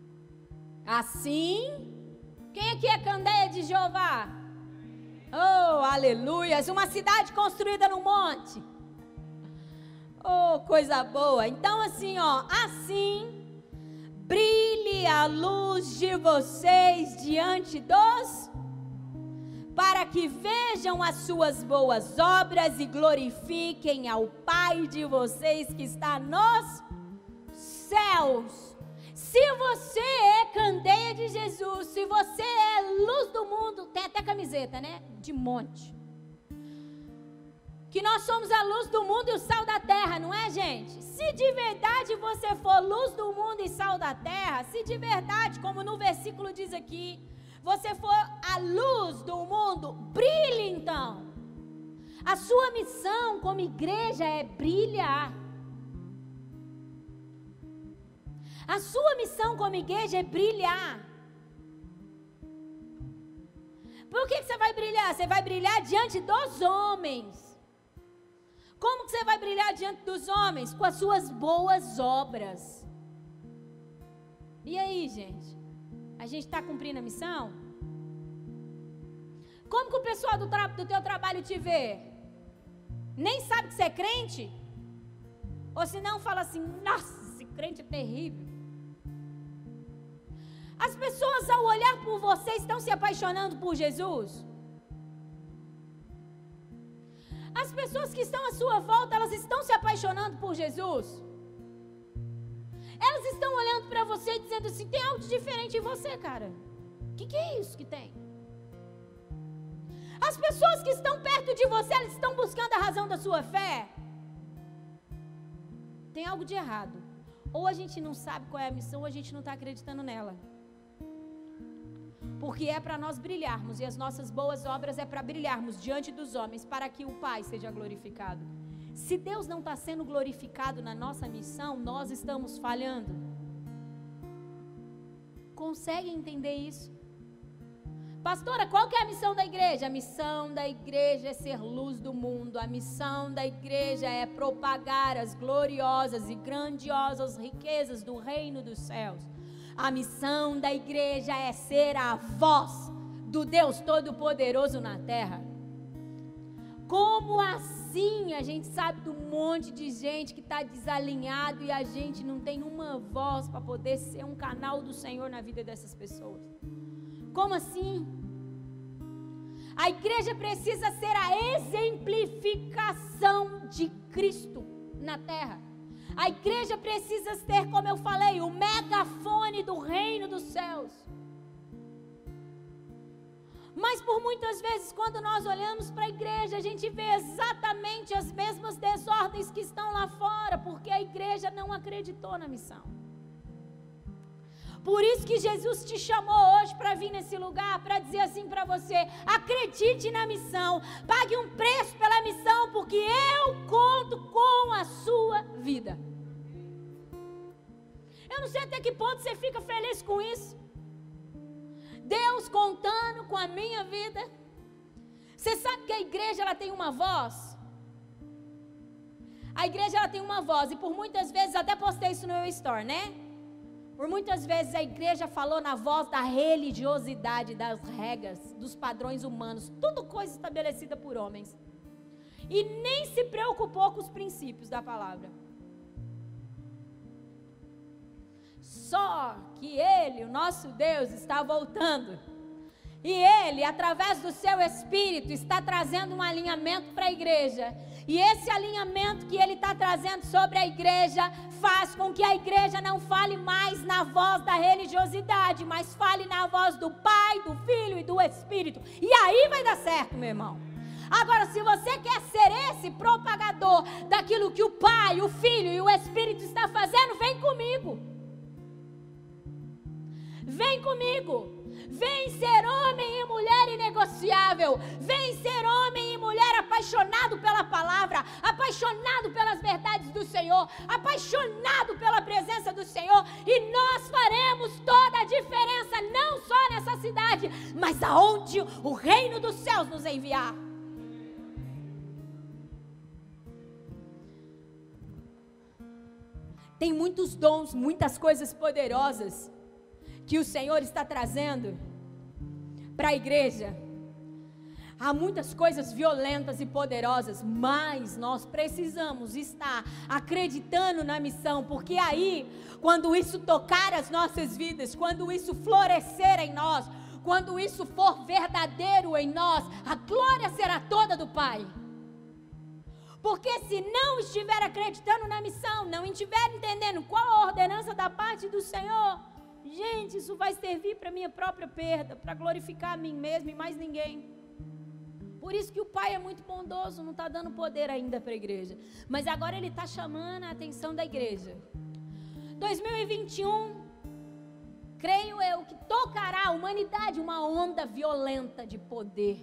Assim, quem aqui é candeia de Jeová? Oh, aleluias, uma cidade construída no monte. Oh, coisa boa. Então assim, ó, assim brilhe a luz de vocês diante dos, para que vejam as suas boas obras e glorifiquem ao Pai de vocês que está nos céus. Se você é candeia de Jesus, se você é luz do mundo, tem até camiseta, né? De monte. Que nós somos a luz do mundo e o sal da terra, não é, gente? Se de verdade você for luz do mundo e sal da terra, se de verdade, como no versículo diz aqui, você for a luz do mundo, brilhe então. A sua missão como igreja é brilhar. A sua missão como igreja é brilhar. Por que que você vai brilhar? Você vai brilhar diante dos homens. Como que você vai brilhar diante dos homens? Com as suas boas obras. E aí, gente? A gente está cumprindo a missão? Como que o pessoal do, tra- do teu trabalho te vê? Nem sabe que você é crente? Ou se não, fala assim, nossa, esse crente é terrível. As pessoas ao olhar por você estão se apaixonando por Jesus? As pessoas que estão à sua volta, elas estão se apaixonando por Jesus? Elas estão olhando para você e dizendo assim, tem algo de diferente em você, cara. O que, que é isso que tem? As pessoas que estão perto de você, elas estão buscando a razão da sua fé? Tem algo de errado. Ou a gente não sabe qual é a missão, ou a gente não está acreditando nela. Porque é para nós brilharmos, e as nossas boas obras é para brilharmos diante dos homens, para que o Pai seja glorificado. Se Deus não está sendo glorificado na nossa missão, nós estamos falhando. Consegue entender isso? Pastora, qual que é a missão da igreja? A missão da igreja é ser luz do mundo. A missão da igreja é propagar as gloriosas e grandiosas riquezas do reino dos céus. A missão da igreja é ser a voz do Deus Todo-Poderoso na terra. Como assim a gente sabe de um monte de gente que está desalinhado e a gente não tem uma voz para poder ser um canal do Senhor na vida dessas pessoas? Como assim? A igreja precisa ser a exemplificação de Cristo na terra. A igreja precisa ter, como eu falei, o megafone do reino dos céus. Mas por muitas vezes, quando nós olhamos para a igreja, a gente vê exatamente as mesmas desordens que estão lá fora, porque a igreja não acreditou na missão. Por isso que Jesus te chamou hoje para vir nesse lugar, para dizer assim para você: acredite na missão, pague um preço pela missão, porque eu conto com a sua vida. Eu não sei até que ponto você fica feliz com isso. Deus contando com a minha vida. Você sabe que a igreja ela tem uma voz? A igreja ela tem uma voz, e por muitas vezes, até postei isso no meu story, né? Por muitas vezes a igreja falou na voz da religiosidade, das regras, dos padrões humanos, tudo coisa estabelecida por homens. E nem se preocupou com os princípios da palavra. Só que Ele, o nosso Deus, está voltando. E Ele, através do seu Espírito, está trazendo um alinhamento para a igreja. E esse alinhamento que Ele está trazendo sobre a igreja faz com que a igreja não fale mais na voz da religiosidade, mas fale na voz do Pai, do Filho e do Espírito. E aí vai dar certo, meu irmão. Agora, se você quer ser esse propagador daquilo que o Pai, o Filho e o Espírito está fazendo, vem comigo. Vem comigo. Vem ser homem e mulher inegociável. Vem ser homem e mulher apaixonado pela palavra, apaixonado pelas verdades do Senhor, apaixonado pela presença do Senhor. E nós faremos toda a diferença, não só nessa cidade, mas aonde o reino dos céus nos enviar. Tem muitos dons, muitas coisas poderosas que o Senhor está trazendo para a igreja. Há muitas coisas violentas e poderosas, mas nós precisamos estar acreditando na missão, porque aí, quando isso tocar as nossas vidas, quando isso florescer em nós, quando isso for verdadeiro em nós, a glória será toda do Pai. Porque se não estiver acreditando na missão, não estiver entendendo qual a ordenança da parte do Senhor, gente, isso vai servir para minha própria perda, para glorificar a mim mesmo e mais ninguém. Por isso que o Pai é muito bondoso, não está dando poder ainda para a igreja. Mas agora Ele está chamando a atenção da igreja. dois mil e vinte e um, creio eu, que tocará a humanidade uma onda violenta de poder.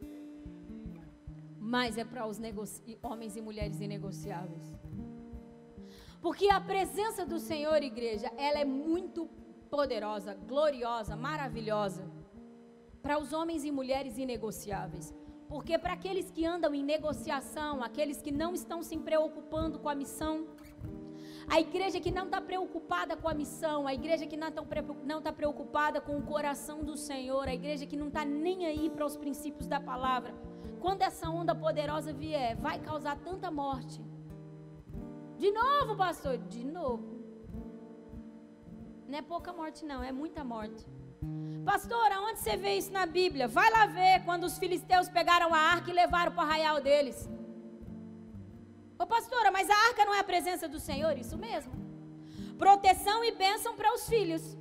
Mas é para os negoci- homens e mulheres inegociáveis. Porque a presença do Senhor, igreja, ela é muito poderosa, gloriosa, maravilhosa para os homens e mulheres inegociáveis. Porque para aqueles que andam em negociação, aqueles que não estão se preocupando com a missão, a igreja que não está preocupada com a missão, a igreja que não está preocupada com o coração do Senhor, a igreja que não está nem aí para os princípios da palavra, quando essa onda poderosa vier, vai causar tanta morte. De novo, pastor, de novo. Não é pouca morte não, é muita morte. Pastor, aonde você vê isso na Bíblia? Vai lá ver quando os filisteus pegaram a arca e levaram para o arraial deles. Ô pastora, mas a arca não é a presença do Senhor? Isso mesmo. Proteção e bênção para os filhos.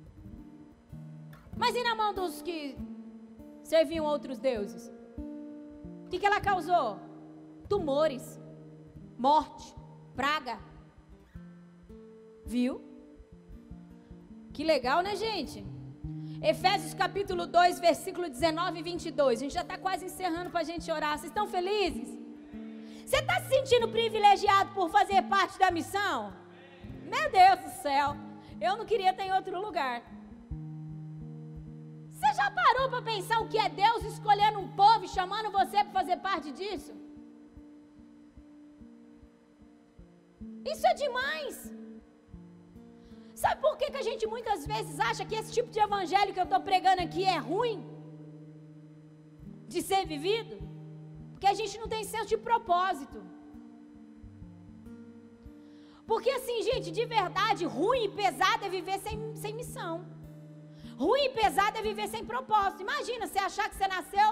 Mas e na mão dos que serviam outros deuses? O que, que ela causou? Tumores, morte, praga. Viu? Que legal, né, gente? Efésios capítulo dois, versículo dezenove e vinte e dois. A gente já está quase encerrando para a gente orar. Vocês estão felizes? Você está se sentindo privilegiado por fazer parte da missão? Meu Deus do céu. Eu não queria estar em outro lugar. Você já parou para pensar o que é Deus escolhendo um povo e chamando você para fazer parte disso? Isso é demais. Sabe por que, que a gente muitas vezes acha que esse tipo de evangelho que eu estou pregando aqui é ruim de ser vivido? Porque a gente não tem senso de propósito. Porque assim, gente, de verdade, ruim e pesado é viver sem, sem missão. Ruim e pesado é viver sem propósito. Imagina, você achar que você nasceu,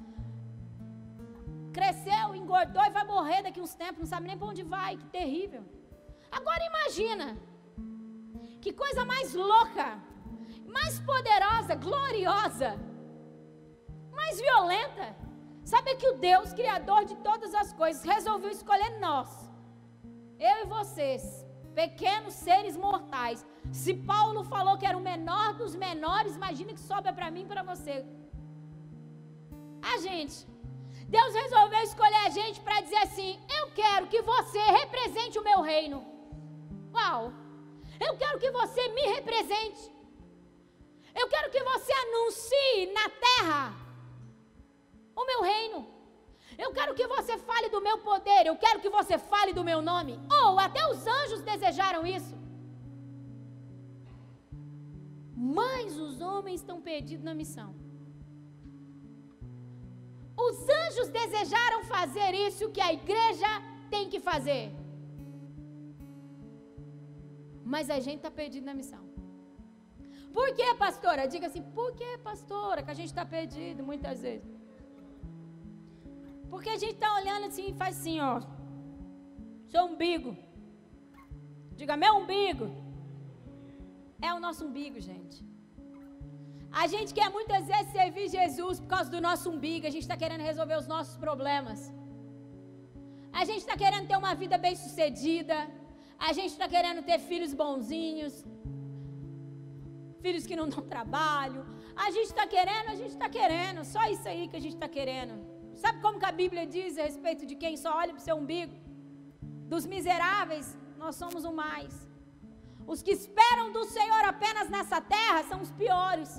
cresceu, engordou e vai morrer daqui uns tempos, não sabe nem para onde vai, que terrível. Agora imagina, que coisa mais louca, mais poderosa, gloriosa, mais violenta. Sabe que o Deus, Criador de todas as coisas, resolveu escolher nós, eu e vocês, pequenos seres mortais. Se Paulo falou que era o menor dos menores, imagina que sobra para mim e para você. A gente, Deus resolveu escolher a gente para dizer assim: eu quero que você represente o meu reino. Uau! Eu quero que você me represente. Eu quero que você anuncie na terra o meu reino. Eu quero que você fale do meu poder. Eu quero que você fale do meu nome. Ou oh, até os anjos desejaram isso. Mas os homens estão perdidos na missão. Os anjos desejaram fazer isso que a igreja tem que fazer. Mas a gente está perdido na missão. Por que, pastora? Diga assim, por que, pastora, que a gente está perdido muitas vezes? Porque a gente está olhando assim e faz assim, ó. Seu umbigo. Diga, meu umbigo. É o nosso umbigo, gente. A gente quer muitas vezes servir Jesus por causa do nosso umbigo. A gente está querendo resolver os nossos problemas. A gente está querendo ter uma vida bem sucedida. A gente está querendo ter filhos bonzinhos. Filhos que não dão trabalho. A gente está querendo, a gente está querendo. Só isso aí que a gente está querendo. Sabe como que a Bíblia diz a respeito de quem só olha para o seu umbigo? Dos miseráveis, nós somos o mais. Os que esperam do Senhor apenas nessa terra são os piores.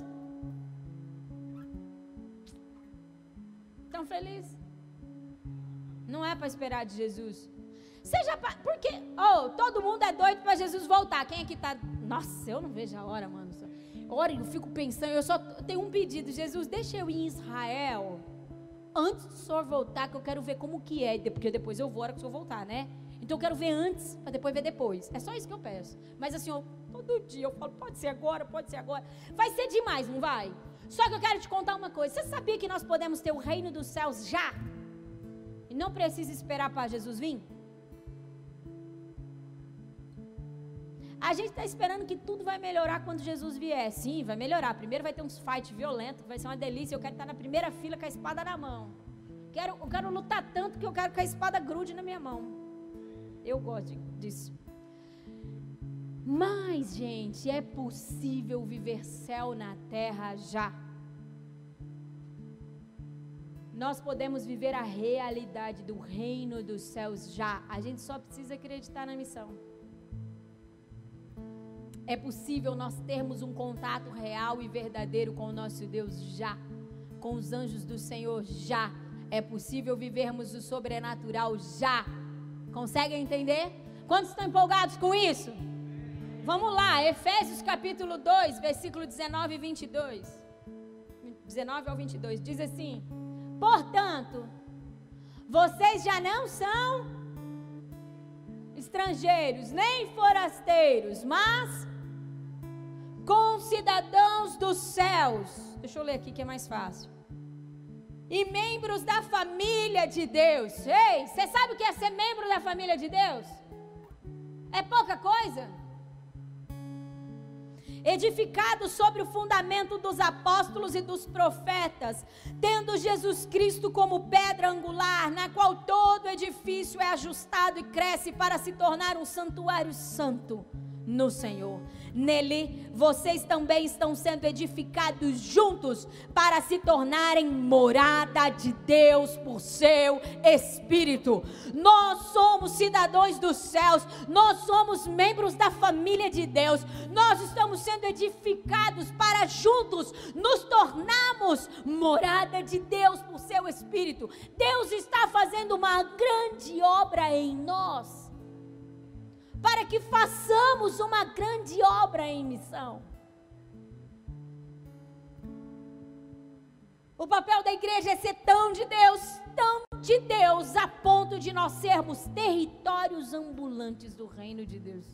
Estão felizes? Não é para esperar de Jesus. Seja pa... porque oh, todo mundo é doido para Jesus voltar. Quem aqui está? Nossa, eu não vejo a hora, mano. Ora, eu fico pensando, eu só tenho um pedido. Jesus, deixa eu ir em Israel antes do Senhor voltar, que eu quero ver como que é, porque depois eu vou, a hora que o Senhor voltar, né? Então eu quero ver antes, para depois ver depois. É só isso que eu peço. Mas assim, eu, todo dia eu falo, pode ser agora, pode ser agora. Vai ser demais, não vai? Só que eu quero te contar uma coisa. Você sabia que nós podemos ter o reino dos céus já? E não precisa esperar para Jesus vir? A gente está esperando que tudo vai melhorar quando Jesus vier. Sim, vai melhorar. Primeiro vai ter uns fight violentos, vai ser uma delícia. Eu quero estar na primeira fila com a espada na mão. Quero, eu quero lutar tanto que eu quero que a espada grude na minha mão. Eu gosto disso. Mas, gente, é possível viver céu na terra já. Nós podemos viver a realidade do reino dos céus já. A gente só precisa acreditar na missão. É possível nós termos um contato real e verdadeiro com o nosso Deus já, com os anjos do Senhor já. É possível vivermos o sobrenatural já. Conseguem entender? Quantos estão empolgados com isso? Vamos lá, Efésios capítulo dois, versículo dezenove e vinte e dois. dezenove ao vinte e dois, diz assim: portanto, vocês já não são estrangeiros, nem forasteiros, mas concidadãos dos céus. Deixa eu ler aqui que é mais fácil. E membros da família de Deus. Ei, você sabe o que é ser membro da família de Deus? É pouca coisa? Edificados sobre o fundamento dos apóstolos e dos profetas, tendo Jesus Cristo como pedra angular, na qual todo edifício é ajustado e cresce para se tornar um santuário santo no Senhor. Nele, vocês também estão sendo edificados juntos para se tornarem morada de Deus por seu Espírito. Nós somos cidadãos dos céus, nós somos membros da família de Deus, nós estamos sendo edificados para juntos nos tornarmos morada de Deus por seu Espírito. Deus está fazendo uma grande obra em nós, para que façamos uma grande obra em missão. O papel da igreja é ser tão de Deus, tão de Deus a ponto de nós sermos territórios ambulantes do reino de Deus.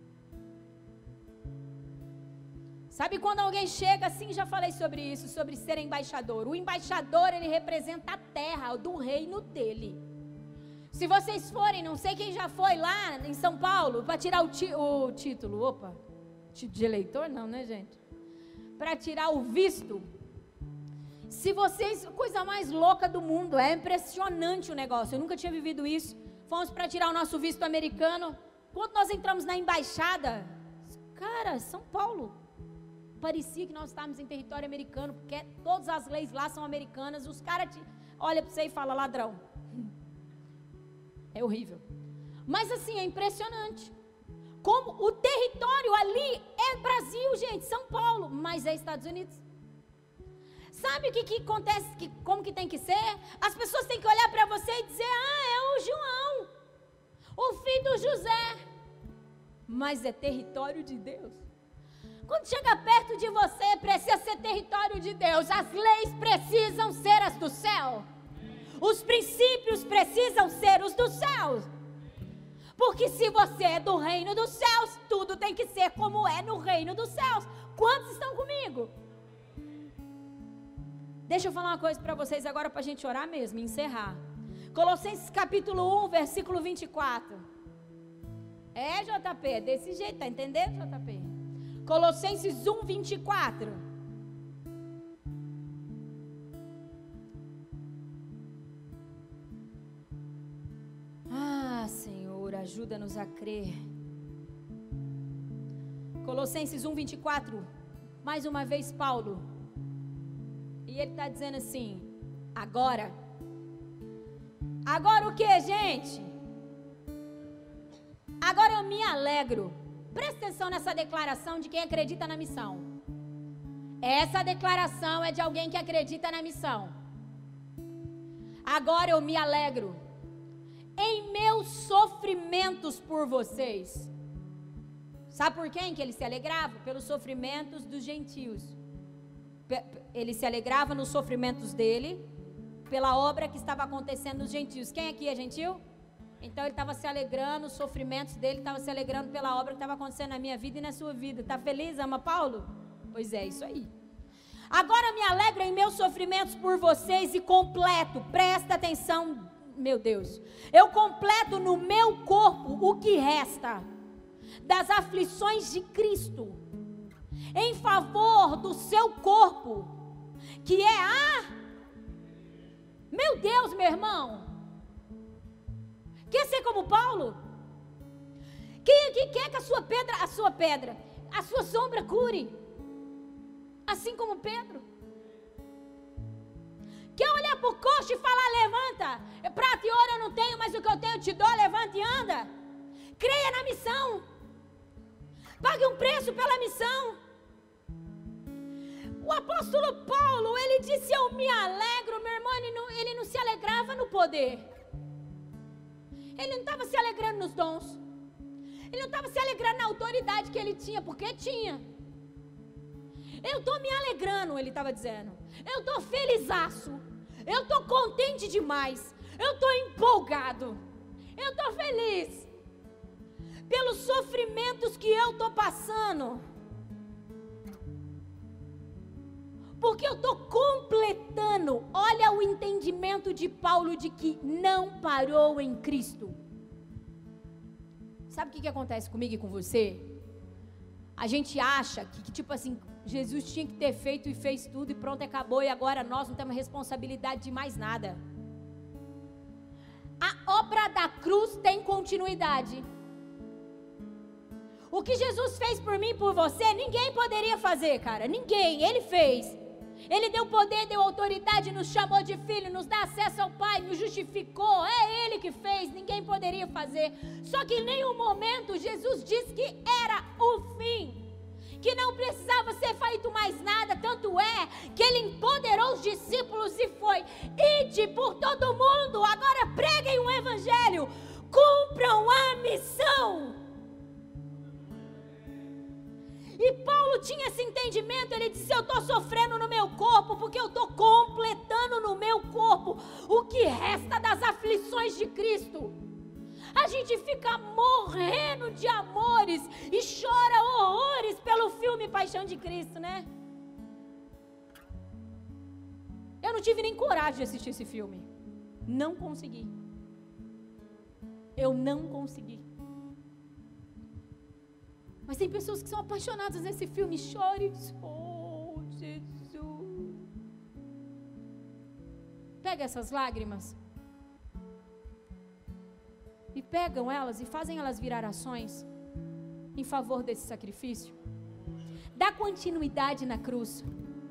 Sabe quando alguém chega assim, já falei sobre isso, sobre ser embaixador. O embaixador, ele representa a terra do reino dele. Se vocês forem, não sei quem já foi lá em São Paulo, para tirar o, ti, o título, opa, título de eleitor não, né gente? Para tirar o visto. Se vocês, coisa mais louca do mundo, é impressionante o negócio, eu nunca tinha vivido isso. Fomos para tirar o nosso visto americano, quando nós entramos na embaixada, cara, São Paulo, parecia que nós estávamos em território americano, porque todas as leis lá são americanas, os caras olham para você e falam, ladrão. É horrível. Mas assim, é impressionante. Como o território ali é Brasil, gente, São Paulo, mas é Estados Unidos. Sabe o que, que acontece, que, como que tem que ser? As pessoas têm que olhar para você e dizer, ah, é o João, o filho do José. Mas é território de Deus. Quando chega perto de você, precisa ser território de Deus. As leis precisam ser as do céu. Os princípios precisam ser os dos céus. Porque se você é do reino dos céus, tudo tem que ser como é no reino dos céus. Quantos estão comigo? Deixa eu falar uma coisa para vocês agora, para a gente orar mesmo e encerrar. Colossenses capítulo um, versículo vinte e quatro. É, J P, desse jeito, tá entendendo, J P? Colossenses um, vinte e quatro. Ah, Senhor, ajuda-nos a crer. Colossenses um, vinte e quatro. Mais uma vez, Paulo. E ele está dizendo assim, agora. Agora o que, gente? Agora eu me alegro. Presta atenção nessa declaração de quem acredita na missão. Essa declaração é de alguém que acredita na missão. Agora eu me alegro em meus sofrimentos por vocês. Sabe por quem que ele se alegrava? Pelos sofrimentos dos gentios. Ele se alegrava nos sofrimentos dele, pela obra que estava acontecendo nos gentios. Quem aqui é gentil? Então ele estava se alegrando, os sofrimentos dele estava se alegrando pela obra que estava acontecendo na minha vida e na sua vida. Está feliz, ama Paulo? Pois é, isso aí. Agora me alegro em meus sofrimentos por vocês e completo, presta atenção, meu Deus. Eu completo no meu corpo o que resta das aflições de Cristo, em favor do seu corpo, que é a... Meu Deus, meu irmão. Quer ser como Paulo? Quem aqui quer que a sua pedra, a sua pedra, a sua sombra cure? Assim como Pedro. Quer olhar para o coxo e falar, levanta, prata e ouro eu não tenho, mas o que eu tenho eu te dou, levanta e anda. Creia na missão. Pague um preço pela missão. O apóstolo Paulo, ele disse, eu me alegro, meu irmão, ele não, ele não se alegrava no poder. Ele não estava se alegrando nos dons. Ele não estava se alegrando na autoridade que ele tinha, porque tinha. Eu estou me alegrando, ele estava dizendo. Eu estou felizaço. Eu estou contente demais. Eu estou empolgado. Eu estou feliz. Pelos sofrimentos que eu estou passando. Porque eu estou completando. Olha o entendimento de Paulo de que não parou em Cristo. Sabe o que, que acontece comigo e com você? A gente acha que, que tipo assim, Jesus tinha que ter feito e fez tudo e pronto, acabou, e agora nós não temos responsabilidade de mais nada. A obra da cruz tem continuidade. O que Jesus fez por mim e por você, ninguém poderia fazer, cara, ninguém, Ele fez. Ele deu poder, deu autoridade, nos chamou de filho, nos dá acesso ao Pai, nos justificou, é Ele que fez, ninguém poderia fazer. Só que em nenhum momento Jesus disse que era o fim, que não precisava ser feito mais nada, tanto é que Ele empoderou os discípulos e foi, ide por todo mundo, agora preguem o evangelho, cumpram a missão. E Paulo tinha esse entendimento, ele disse, eu estou sofrendo no meu corpo, porque eu estou completando no meu corpo o que resta das Cristo. A gente fica morrendo de amores e chora horrores pelo filme Paixão de Cristo, né? Eu não tive nem coragem de assistir esse filme. Não consegui. Eu não consegui. Mas tem pessoas que são apaixonadas nesse filme. Chore. Oh, Jesus. Pega essas lágrimas. E pegam elas e fazem elas virar ações em favor desse sacrifício. Dá continuidade na cruz.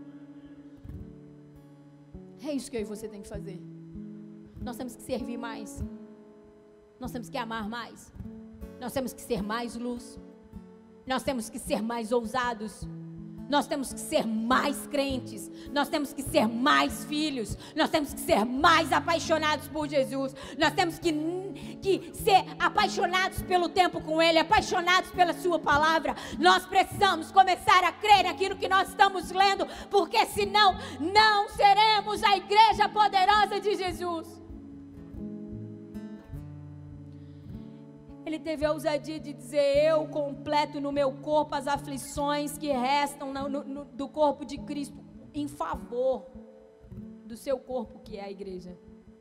É isso que eu e você tem que fazer. Nós temos que servir mais. Nós temos que amar mais. Nós temos que ser mais luz. Nós temos que ser mais ousados. Nós temos que ser mais crentes. Nós temos que ser mais filhos. Nós temos que ser mais apaixonados por Jesus. Nós temos que, que ser apaixonados pelo tempo com Ele, apaixonados pela Sua palavra. Nós precisamos começar a crer naquilo que nós estamos lendo, porque senão não seremos a igreja poderosa de Jesus. Ele teve a ousadia de dizer: eu completo no meu corpo as aflições que restam no, no, do corpo de Cristo, em favor do seu corpo, que é a igreja.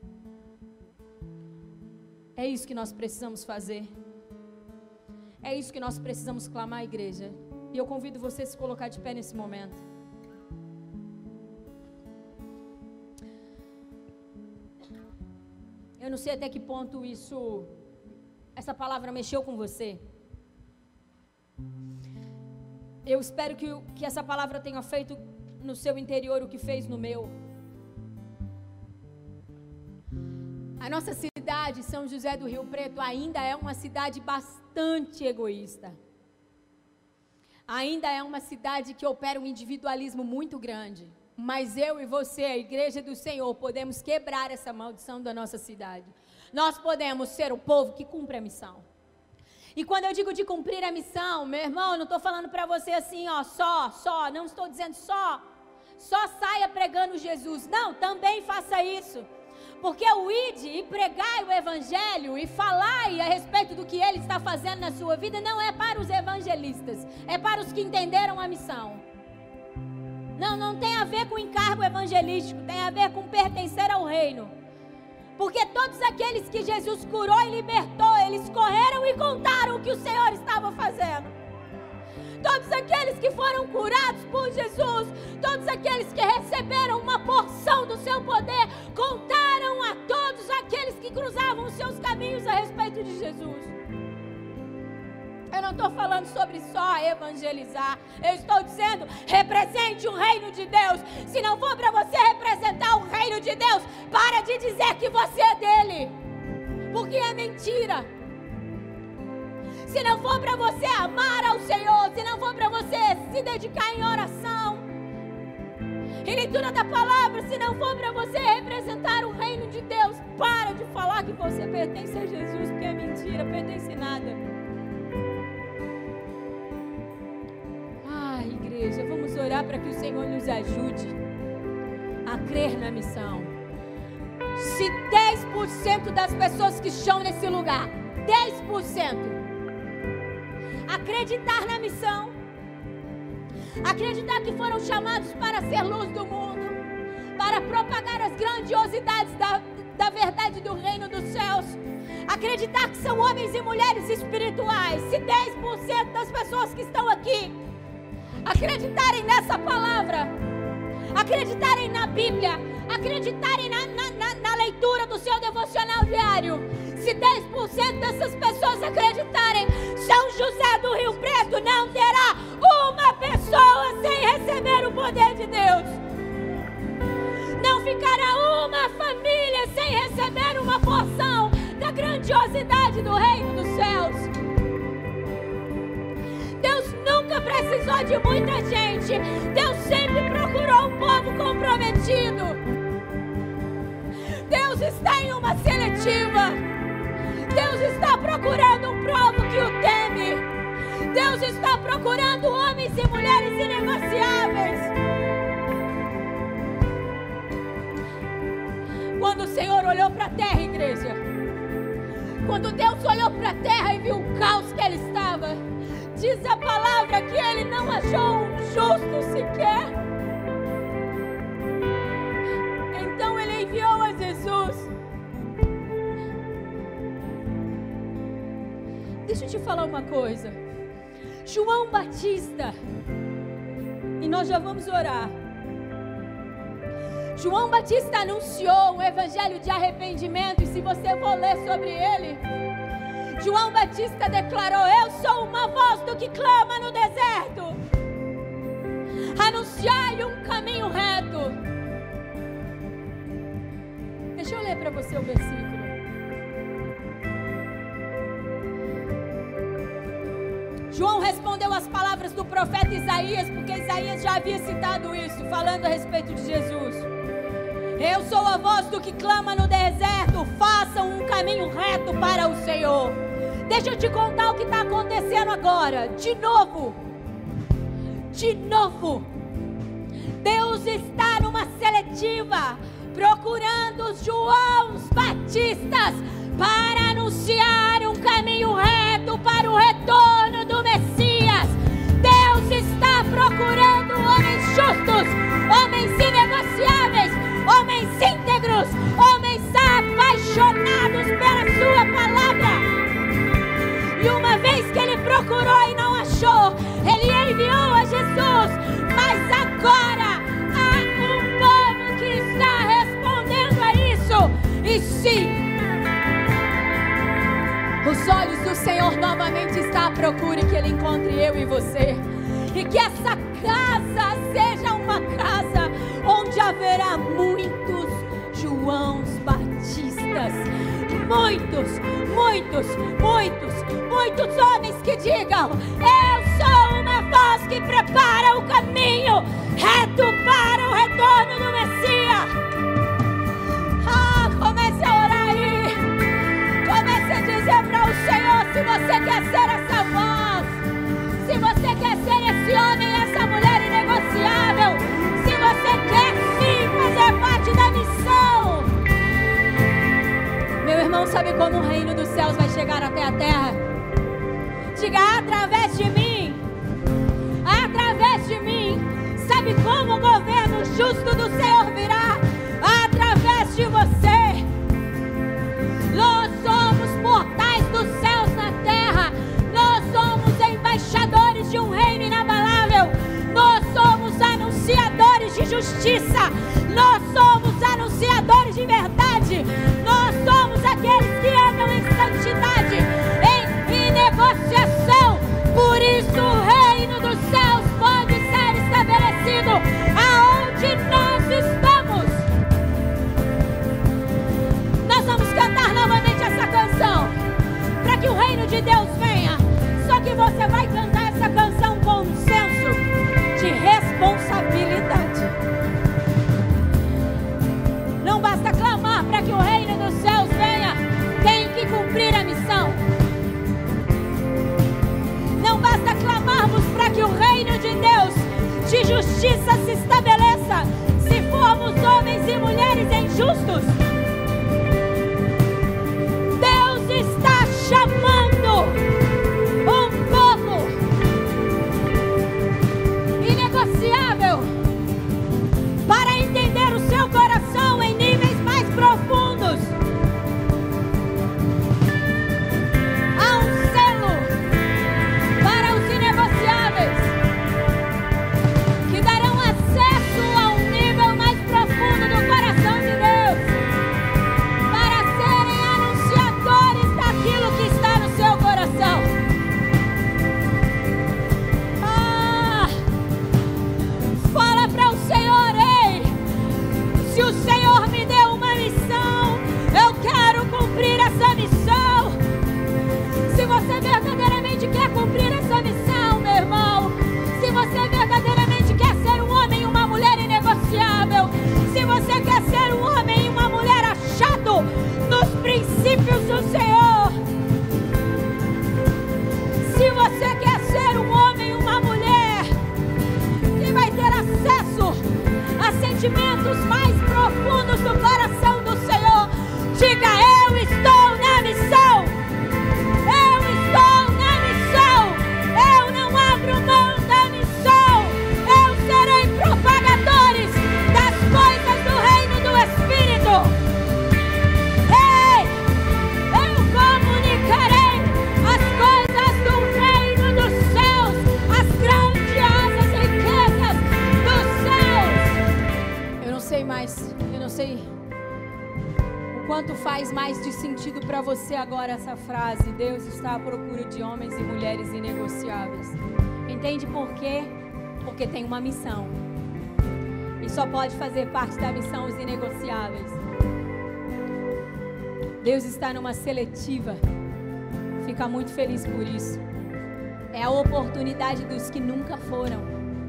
É isso que nós precisamos fazer. É isso que nós precisamos clamar, igreja. E eu convido você a se colocar de pé nesse momento. Eu não sei até que ponto isso... essa palavra mexeu com você. Eu espero que, que essa palavra tenha feito no seu interior o que fez no meu. A nossa cidade, São José do Rio Preto, ainda é uma cidade bastante egoísta. Ainda é uma cidade que opera um individualismo muito grande. Mas eu e você, a igreja do Senhor, podemos quebrar essa maldição da nossa cidade. Nós podemos ser o povo que cumpre a missão. E quando eu digo de cumprir a missão, meu irmão, eu não estou falando para você assim, ó, só, só, não estou dizendo só, só saia pregando Jesus. Não, também faça isso. Porque o ide e pregar o evangelho e falar a respeito do que Ele está fazendo na sua vida não é para os evangelistas, é para os que entenderam a missão. Não, não tem a ver com encargo evangelístico, tem a ver com pertencer ao reino. Porque todos aqueles que Jesus curou e libertou, eles correram e contaram o que o Senhor estava fazendo. Todos aqueles que foram curados por Jesus, todos aqueles que receberam uma porção do seu poder, contaram a todos aqueles que cruzavam os seus caminhos a respeito de Jesus. Eu não estou falando sobre só evangelizar. Eu estou dizendo, represente o reino de Deus. Se não for para você representar o reino de Deus, para de dizer que você é dele, porque é mentira. Se não for para você amar ao Senhor, se não for para você se dedicar em oração, em leitura da palavra, se não for para você representar o reino de Deus, para de falar que você pertence a Jesus, porque é mentira, pertence nada. Igreja, vamos orar para que o Senhor nos ajude a crer na missão. Se dez por cento das pessoas que estão nesse lugar, dez por cento acreditar na missão, acreditar que foram chamados para ser luz do mundo, para propagar as grandiosidades da, da verdade do reino dos céus, acreditar que são homens e mulheres espirituais, se dez por cento das pessoas que estão aqui acreditarem nessa palavra, acreditarem na Bíblia, acreditarem na, na, na, na leitura do seu devocional diário, se dez por cento dessas pessoas acreditarem, São José do Rio Preto não terá uma pessoa sem receber o poder de Deus. Não ficará uma família sem receber uma porção da grandiosidade do reino dos céus. Deus nunca precisou de muita gente. Deus sempre procurou um povo comprometido. Deus está em uma seletiva. Deus está procurando um povo que o teme. Deus está procurando homens e mulheres inegociáveis. Quando o Senhor olhou para a terra, igreja, Quando Deus olhou para a terra e viu o caos que ele estava, diz a palavra que ele não achou um justo sequer. Então ele enviou a Jesus. Deixa eu te falar uma coisa. João Batista, e nós já vamos orar. João Batista anunciou um evangelho de arrependimento, e se você for ler sobre ele, João Batista declarou: eu sou uma voz do que clama no deserto, anunciai um caminho reto. Deixa eu ler para você o versículo. João respondeu às palavras do profeta Isaías, porque Isaías já havia citado isso, falando a respeito de Jesus. Eu sou a voz do que clama no deserto, façam um caminho reto para o Senhor. Deixa eu te contar o que está acontecendo agora. De novo, de novo, Deus está numa seletiva, procurando os Joãos Batistas para anunciar um caminho reto para o retorno do Messias. Deus está procurando homens justos, homens inegociáveis, homens íntegros, homens apaixonados pela sua palavra. E uma vez que ele procurou e não achou, ele enviou a Jesus. Mas agora há um povo que está respondendo a isso. E sim, os olhos do Senhor novamente estão à procura, e que ele encontre eu e você. E que essa casa seja uma casa onde haverá muitos Joãos Batistas. Muitos, muitos, muitos, muitos homens que digam: eu sou uma voz que prepara o caminho reto para o retorno do Messias. Ah, comece a orar aí. Comece a dizer para o Senhor: se você quer ser essa voz, se você quer ser esse homem, essa mulher inegociável, se você quer sim fazer parte da missão. Meu irmão, sabe como o reino dos céus vai chegar até a terra? Diga: através de mim, através de mim. Sabe como o governo justo do Senhor virá? Através de você. Nós somos portais dos céus na terra. Nós somos embaixadores de um reino inabalável. Nós somos anunciadores de justiça. Nós somos anunciadores de verdade. Nós somos aqueles que andam em santidade, em, em negociação. Por isso o reino dos céus pode ser estabelecido aonde nós estamos. Nós vamos cantar novamente essa canção, para que o reino de Deus venha. Só que você vai cantar essa canção com um senso de responsabilidade. Não basta clamar para que o reino dos céus venha, tem que cumprir a missão. Não basta clamarmos para que o reino de Deus, de justiça, se estabeleça, se formos homens e mulheres injustos. Deus está chamando um povo inegociável para entender o seu coração em níveis mais profundos. Há um selo para os inegociáveis que darão acesso a um nível mais profundo do coração de Deus, para serem anunciadores daquilo que está no seu coração. Ah, fala para o Senhor: ei, se o Senhor me deu uma missão, eu quero cumprir essa missão. Se você verdadeiramente quer cumprir essa missão, meu irmão, se você verdadeiramente quer ser um homem e uma mulher inegociável, se você quer ser um homem e uma mulher achado nos princípios do Senhor, se você quer ser um homem e uma mulher que vai ter acesso a sentimentos mais profundos do coração do Senhor, diga: eu estou na missão. faz de sentido para você agora essa frase: Deus está à procura de homens e mulheres inegociáveis. Entende por quê? Porque tem uma missão. E só pode fazer parte da missão os inegociáveis. Deus está numa seletiva. Fica muito feliz por isso. É a oportunidade dos que nunca foram.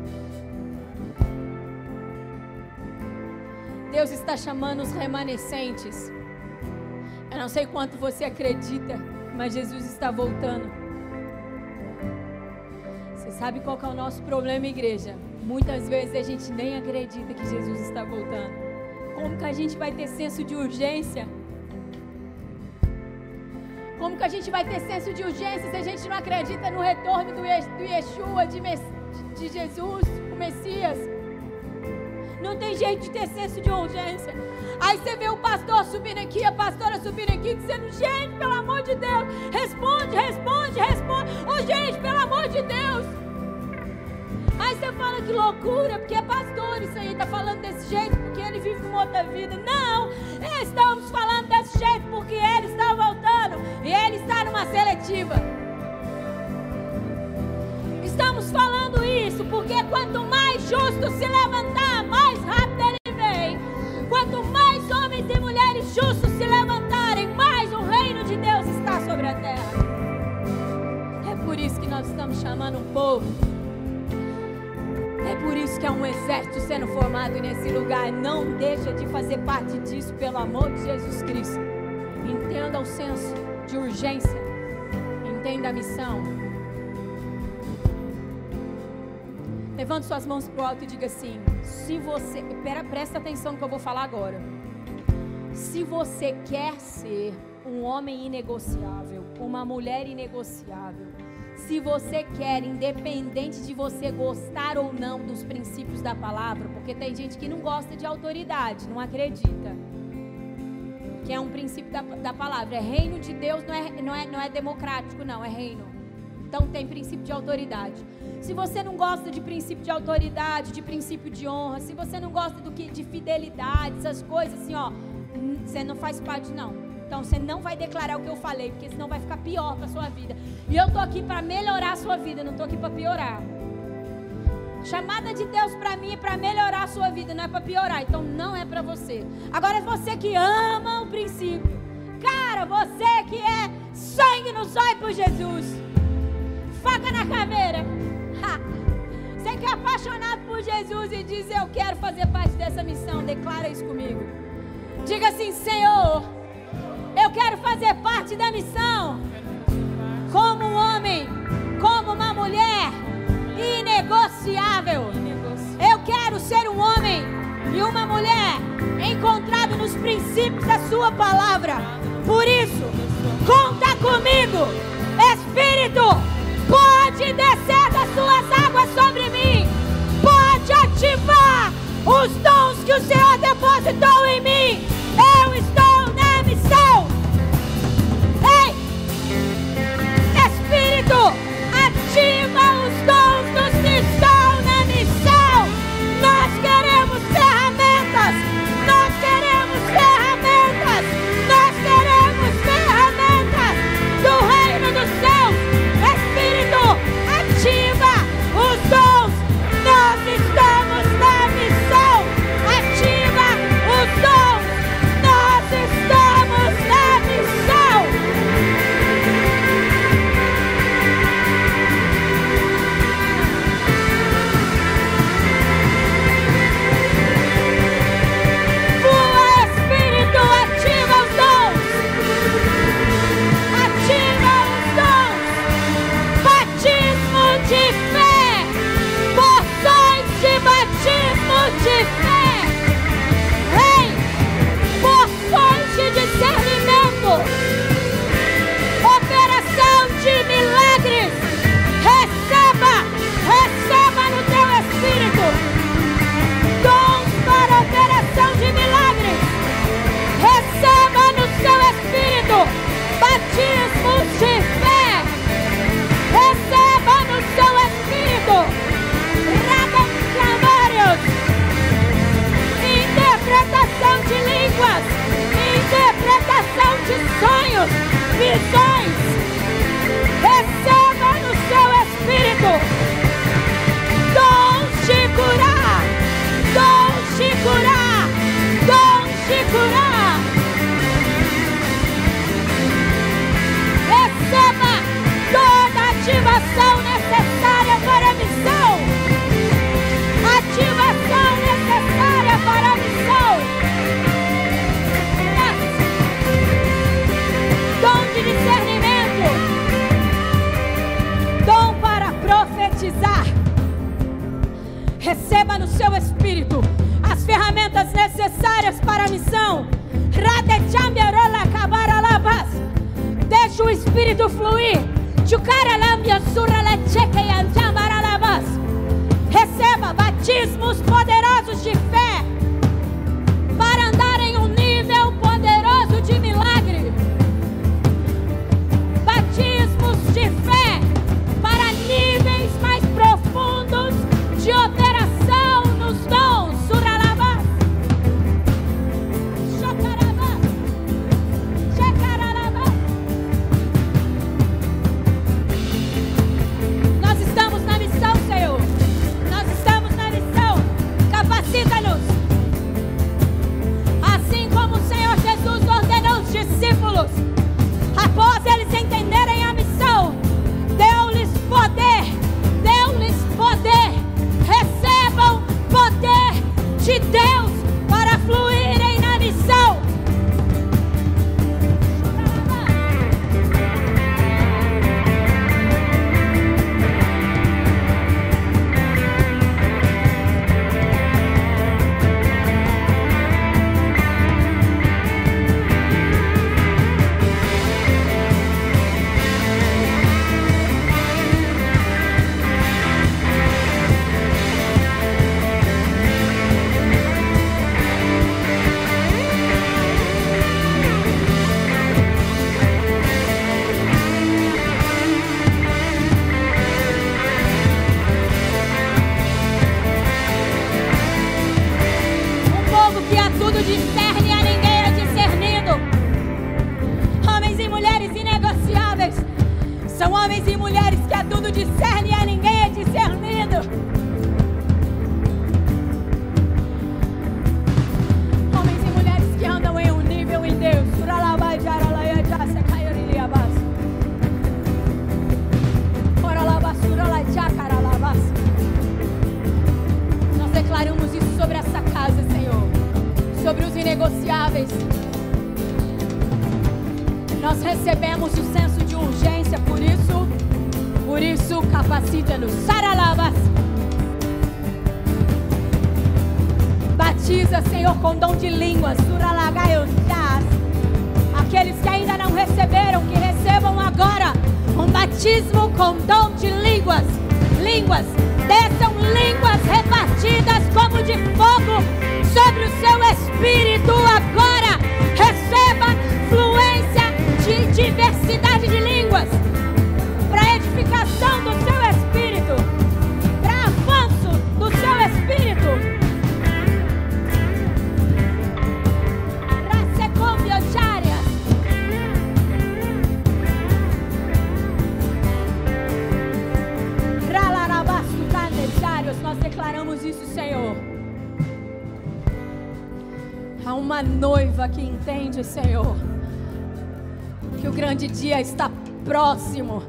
Deus está chamando os remanescentes. Eu não sei quanto você acredita, mas Jesus está voltando. Você sabe qual que é o nosso problema, igreja? Muitas vezes a gente nem acredita que Jesus está voltando. Como que a gente vai ter senso de urgência? Como que a gente vai ter senso de urgência se a gente não acredita no retorno do Yeshua, de, de Jesus, o Messias? Não tem jeito de ter senso de urgência. Aí você vê o pastor subindo aqui, a pastora subindo aqui, dizendo: gente, pelo amor de Deus, responde, responde, responde. Ô, oh, gente, pelo amor de Deus. Aí você fala: que loucura, porque é pastor isso aí, tá falando desse jeito porque ele vive uma outra vida. Não, estamos falando desse jeito porque ele está voltando e ele está numa seletiva. Estamos falando isso porque quanto mais justo se levantar, mais rápido ele vem. Quanto mais homens e mulheres justos se levantarem, mais o reino de Deus está sobre a terra. É por isso que nós estamos chamando um povo. É por isso que é um exército sendo formado nesse lugar. Não deixa de fazer parte disso, pelo amor de Jesus Cristo. Entenda o senso de urgência. Entenda a missão. Levante suas mãos para o alto e diga assim: se você... Pera, presta atenção no que eu vou falar agora. Se você quer ser um homem inegociável, uma mulher inegociável, se você quer, independente de você gostar ou não dos princípios da palavra, porque tem gente que não gosta de autoridade, não acredita que é um princípio da, da palavra. É reino de Deus, não é, não, é, não é democrático, não, é reino. Então tem princípio de autoridade. Se você não gosta de princípio de autoridade, de princípio de honra, se você não gosta do que, de fidelidade, essas coisas assim, ó, você não faz parte não. Então você não vai declarar o que eu falei, porque senão vai ficar pior para sua vida. E eu tô aqui para melhorar a sua vida, não tô aqui para piorar. Chamada de Deus para mim é para melhorar a sua vida, não é para piorar. Então não é para você. Agora é você que ama o princípio. Cara, você que é sangue nos olhos por Jesus, faca na caveira. Ha. Você que é apaixonado por Jesus e diz: eu quero fazer parte dessa missão, declara isso comigo. Diga assim: Senhor, eu quero fazer parte da missão como um homem, como uma mulher inegociável. Eu quero ser um homem e uma mulher encontrado nos princípios da sua palavra. Por isso, conta comigo. Espírito, pode descer das suas águas sobre mim. Pode ativar os dons que o Senhor depositou em mim. Eu estou na missão. Ei, Espírito, ativa os dons dos que estão na missão. Nós queremos ferramentas. Nós queremos ferramentas. Nós queremos ferramentas do reino dos céus. Espírito, ativa visões. Receba no seu espírito dons de curar, dons de curar, dons de curar. Receba toda a ativação necessária para a missão. Ativação necessária para a missão. Dom de discernimento. Dom para profetizar. Receba no seu espírito as ferramentas necessárias para a missão. Deixa o espírito fluir. Receba batismos poderosos de fé para andar em um nível poderoso de milagre. Batismos de fé para níveis mais profundos de operação nos dons. Suralabás, chacarabás, chacarabás. Nós estamos na missão, Senhor. Nós estamos na missão. Capacita-nos. Assim como o Senhor Jesus ordenou os discípulos, após eles entenderem a missão, deu-lhes poder, deu-lhes poder. Recebam poder de Deus para fluírem na missão. Um povo que a tudo discerne e a ninguém é discernido. Homens e mulheres inegociáveis. São homens e mulheres que a tudo discerne e a ninguém é discernido. Homens e mulheres que andam em um nível em Deus. Nós declaramos isso sobre essa casa, Senhor. Sobre os inegociáveis. Nós recebemos o senso de urgência, por isso, por isso capacita-nos. Saralabas. Batiza, Senhor, com dom de línguas. Suralagaios. Aqueles que ainda não receberam, que recebam agora um batismo com dom de línguas. Línguas. Desçam línguas repartidas como de fogo sobre o seu espírito agora. Receba fluência de diversidade de línguas para edificação do seu espírito, para avanço do seu espírito. Nós declaramos isso, Senhor. Há uma noiva que entende, Senhor, que o grande dia está próximo.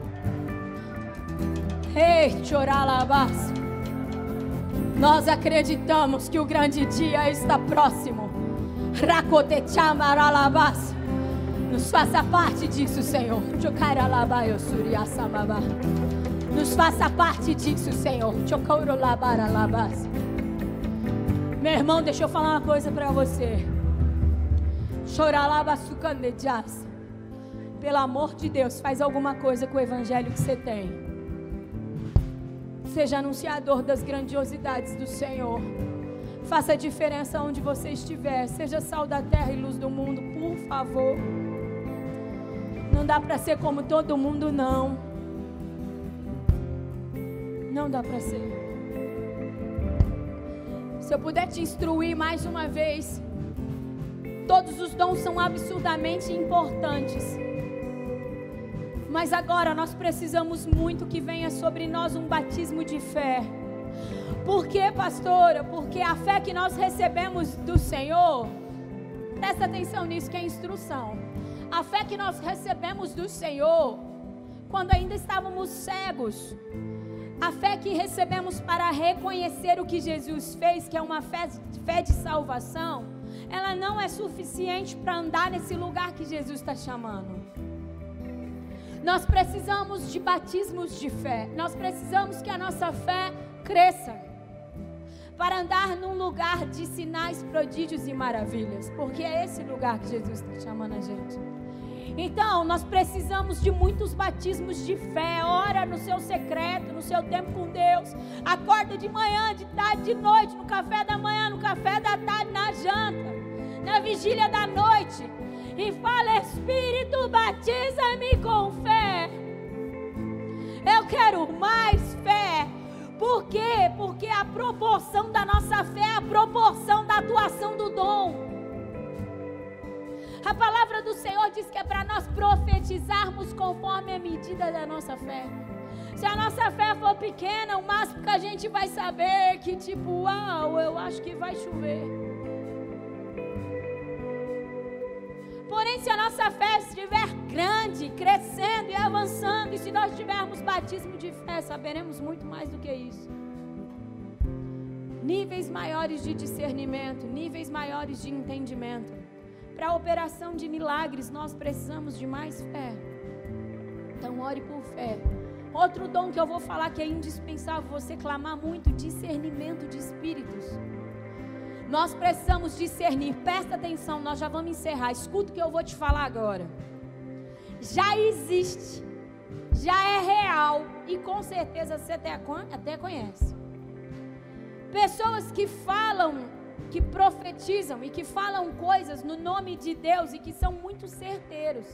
Ei, choralabás. Nós acreditamos que o grande dia está próximo. Racotechamaralabás. Nos faça parte disso, Senhor. Chocaralabayosuriasamabá. Nos faça parte disso, Senhor. Meu irmão, deixa eu falar uma coisa para você. Choralabasucandedias. Pelo amor de Deus, faz alguma coisa com o evangelho que você tem. Seja anunciador das grandiosidades do Senhor. Faça a diferença onde você estiver. Seja sal da terra e luz do mundo, por favor. Não dá para ser como todo mundo, não. Não dá para ser. Se eu puder te instruir mais uma vez, todos os dons são absurdamente importantes. Mas agora nós precisamos muito que venha sobre nós um batismo de fé. Por quê, pastora? Porque a fé que nós recebemos do Senhor, presta atenção nisso que é instrução. A fé que nós recebemos do Senhor, quando ainda estávamos cegos, a fé que recebemos para reconhecer o que Jesus fez, que é uma fé, fé de salvação, ela não é suficiente para andar nesse lugar que Jesus está chamando. Nós precisamos de batismos de fé. Nós precisamos que a nossa fé cresça para andar num lugar de sinais, prodígios e maravilhas, porque é esse lugar que Jesus está chamando a gente. Então, nós precisamos de muitos batismos de fé. Ora no seu secreto, no seu tempo com Deus. Acorda de manhã, de tarde, de noite, no café da manhã, no café da tarde, na janta, na vigília da noite. E fala: Espírito, batiza-me com fé. Eu quero mais fé. Por quê? Porque a proporção da nossa fé é a proporção da atuação do dom. A palavra do Senhor diz que é para nós profetizarmos conforme a medida da nossa fé. Se a nossa fé for pequena, o máximo que a gente vai saber é que tipo, uau, eu acho que vai chover. Porém, se a nossa fé estiver grande, crescendo e avançando, e se nós tivermos batismo de fé, saberemos muito mais do que isso. Níveis maiores de discernimento, níveis maiores de entendimento. Para a operação de milagres, nós precisamos de mais fé. Então, ore por fé. Outro dom que eu vou falar que é indispensável você clamar muito: discernimento de espíritos. Nós precisamos discernir. Presta atenção, nós já vamos encerrar. Escuta o que eu vou te falar agora. Já existe, já é real, e com certeza você até, até conhece. Pessoas que falam, que profetizam e que falam coisas no nome de Deus e que são muito certeiros.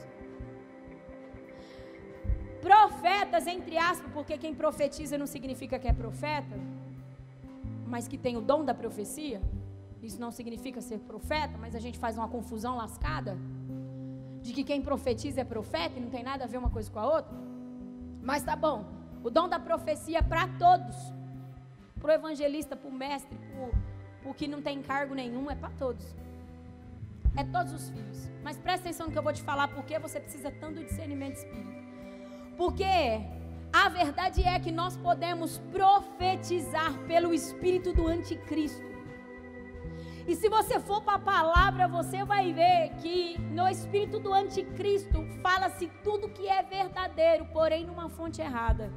Profetas, entre aspas, porque quem profetiza não significa que é profeta, mas que tem o dom da profecia. Isso não significa ser profeta, mas a gente faz uma confusão lascada de que quem profetiza é profeta e não tem nada a ver uma coisa com a outra. Mas tá bom, o dom da profecia é para todos, para o evangelista, para o mestre, para o que não tem cargo nenhum, é para todos, é todos os filhos. Mas presta atenção no que eu vou te falar, porque você precisa tanto do discernimento de espírito. Porque a verdade é que nós podemos profetizar pelo espírito do anticristo. E se você for para a palavra, você vai ver que no espírito do anticristo fala-se tudo que é verdadeiro, porém numa fonte errada.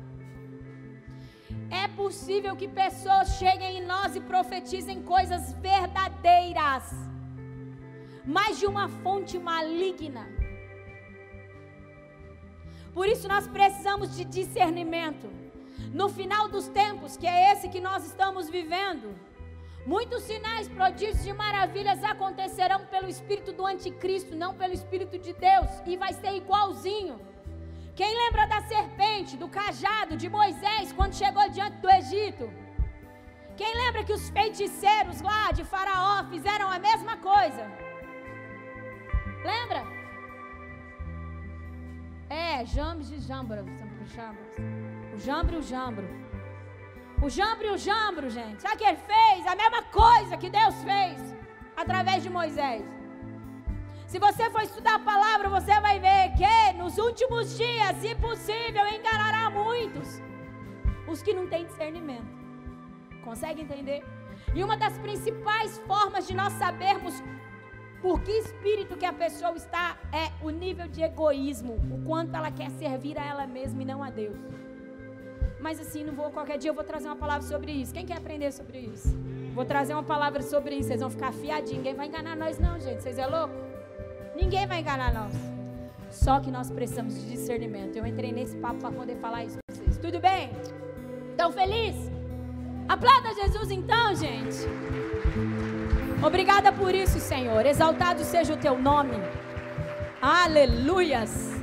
É possível que pessoas cheguem em nós e profetizem coisas verdadeiras, mas de uma fonte maligna. Por isso nós precisamos de discernimento. No final dos tempos, que é esse que nós estamos vivendo, muitos sinais, prodígios e maravilhas acontecerão pelo espírito do anticristo, não pelo espírito de Deus, e vai ser igualzinho. Quem lembra da serpente, do cajado de Moisés quando chegou diante do Egito? Quem lembra que os feiticeiros lá de Faraó fizeram a mesma coisa? Lembra? É, jambes e jambra, o jambro e o jambro. O jambro e o jambro, gente. Sabe o que ele fez? A mesma coisa que Deus fez através de Moisés. Se você for estudar a palavra, você vai ver que nos últimos dias, se possível, enganará muitos, os que não têm discernimento. Consegue entender? E uma das principais formas de nós sabermos por que espírito que a pessoa está é o nível de egoísmo, o quanto ela quer servir a ela mesma e não a Deus. Mas assim, não vou, qualquer dia eu vou trazer uma palavra sobre isso. Quem quer aprender sobre isso? Vou trazer uma palavra sobre isso, vocês vão ficar afiadinhos. Ninguém vai enganar nós não, gente, vocês é louco? Ninguém vai enganar nós. Só que nós precisamos de discernimento. Eu entrei nesse papo para poder falar isso para vocês. Tudo bem? Estão felizes? Aplauda Jesus então, gente. Obrigada por isso, Senhor. Exaltado seja o teu nome. Aleluias.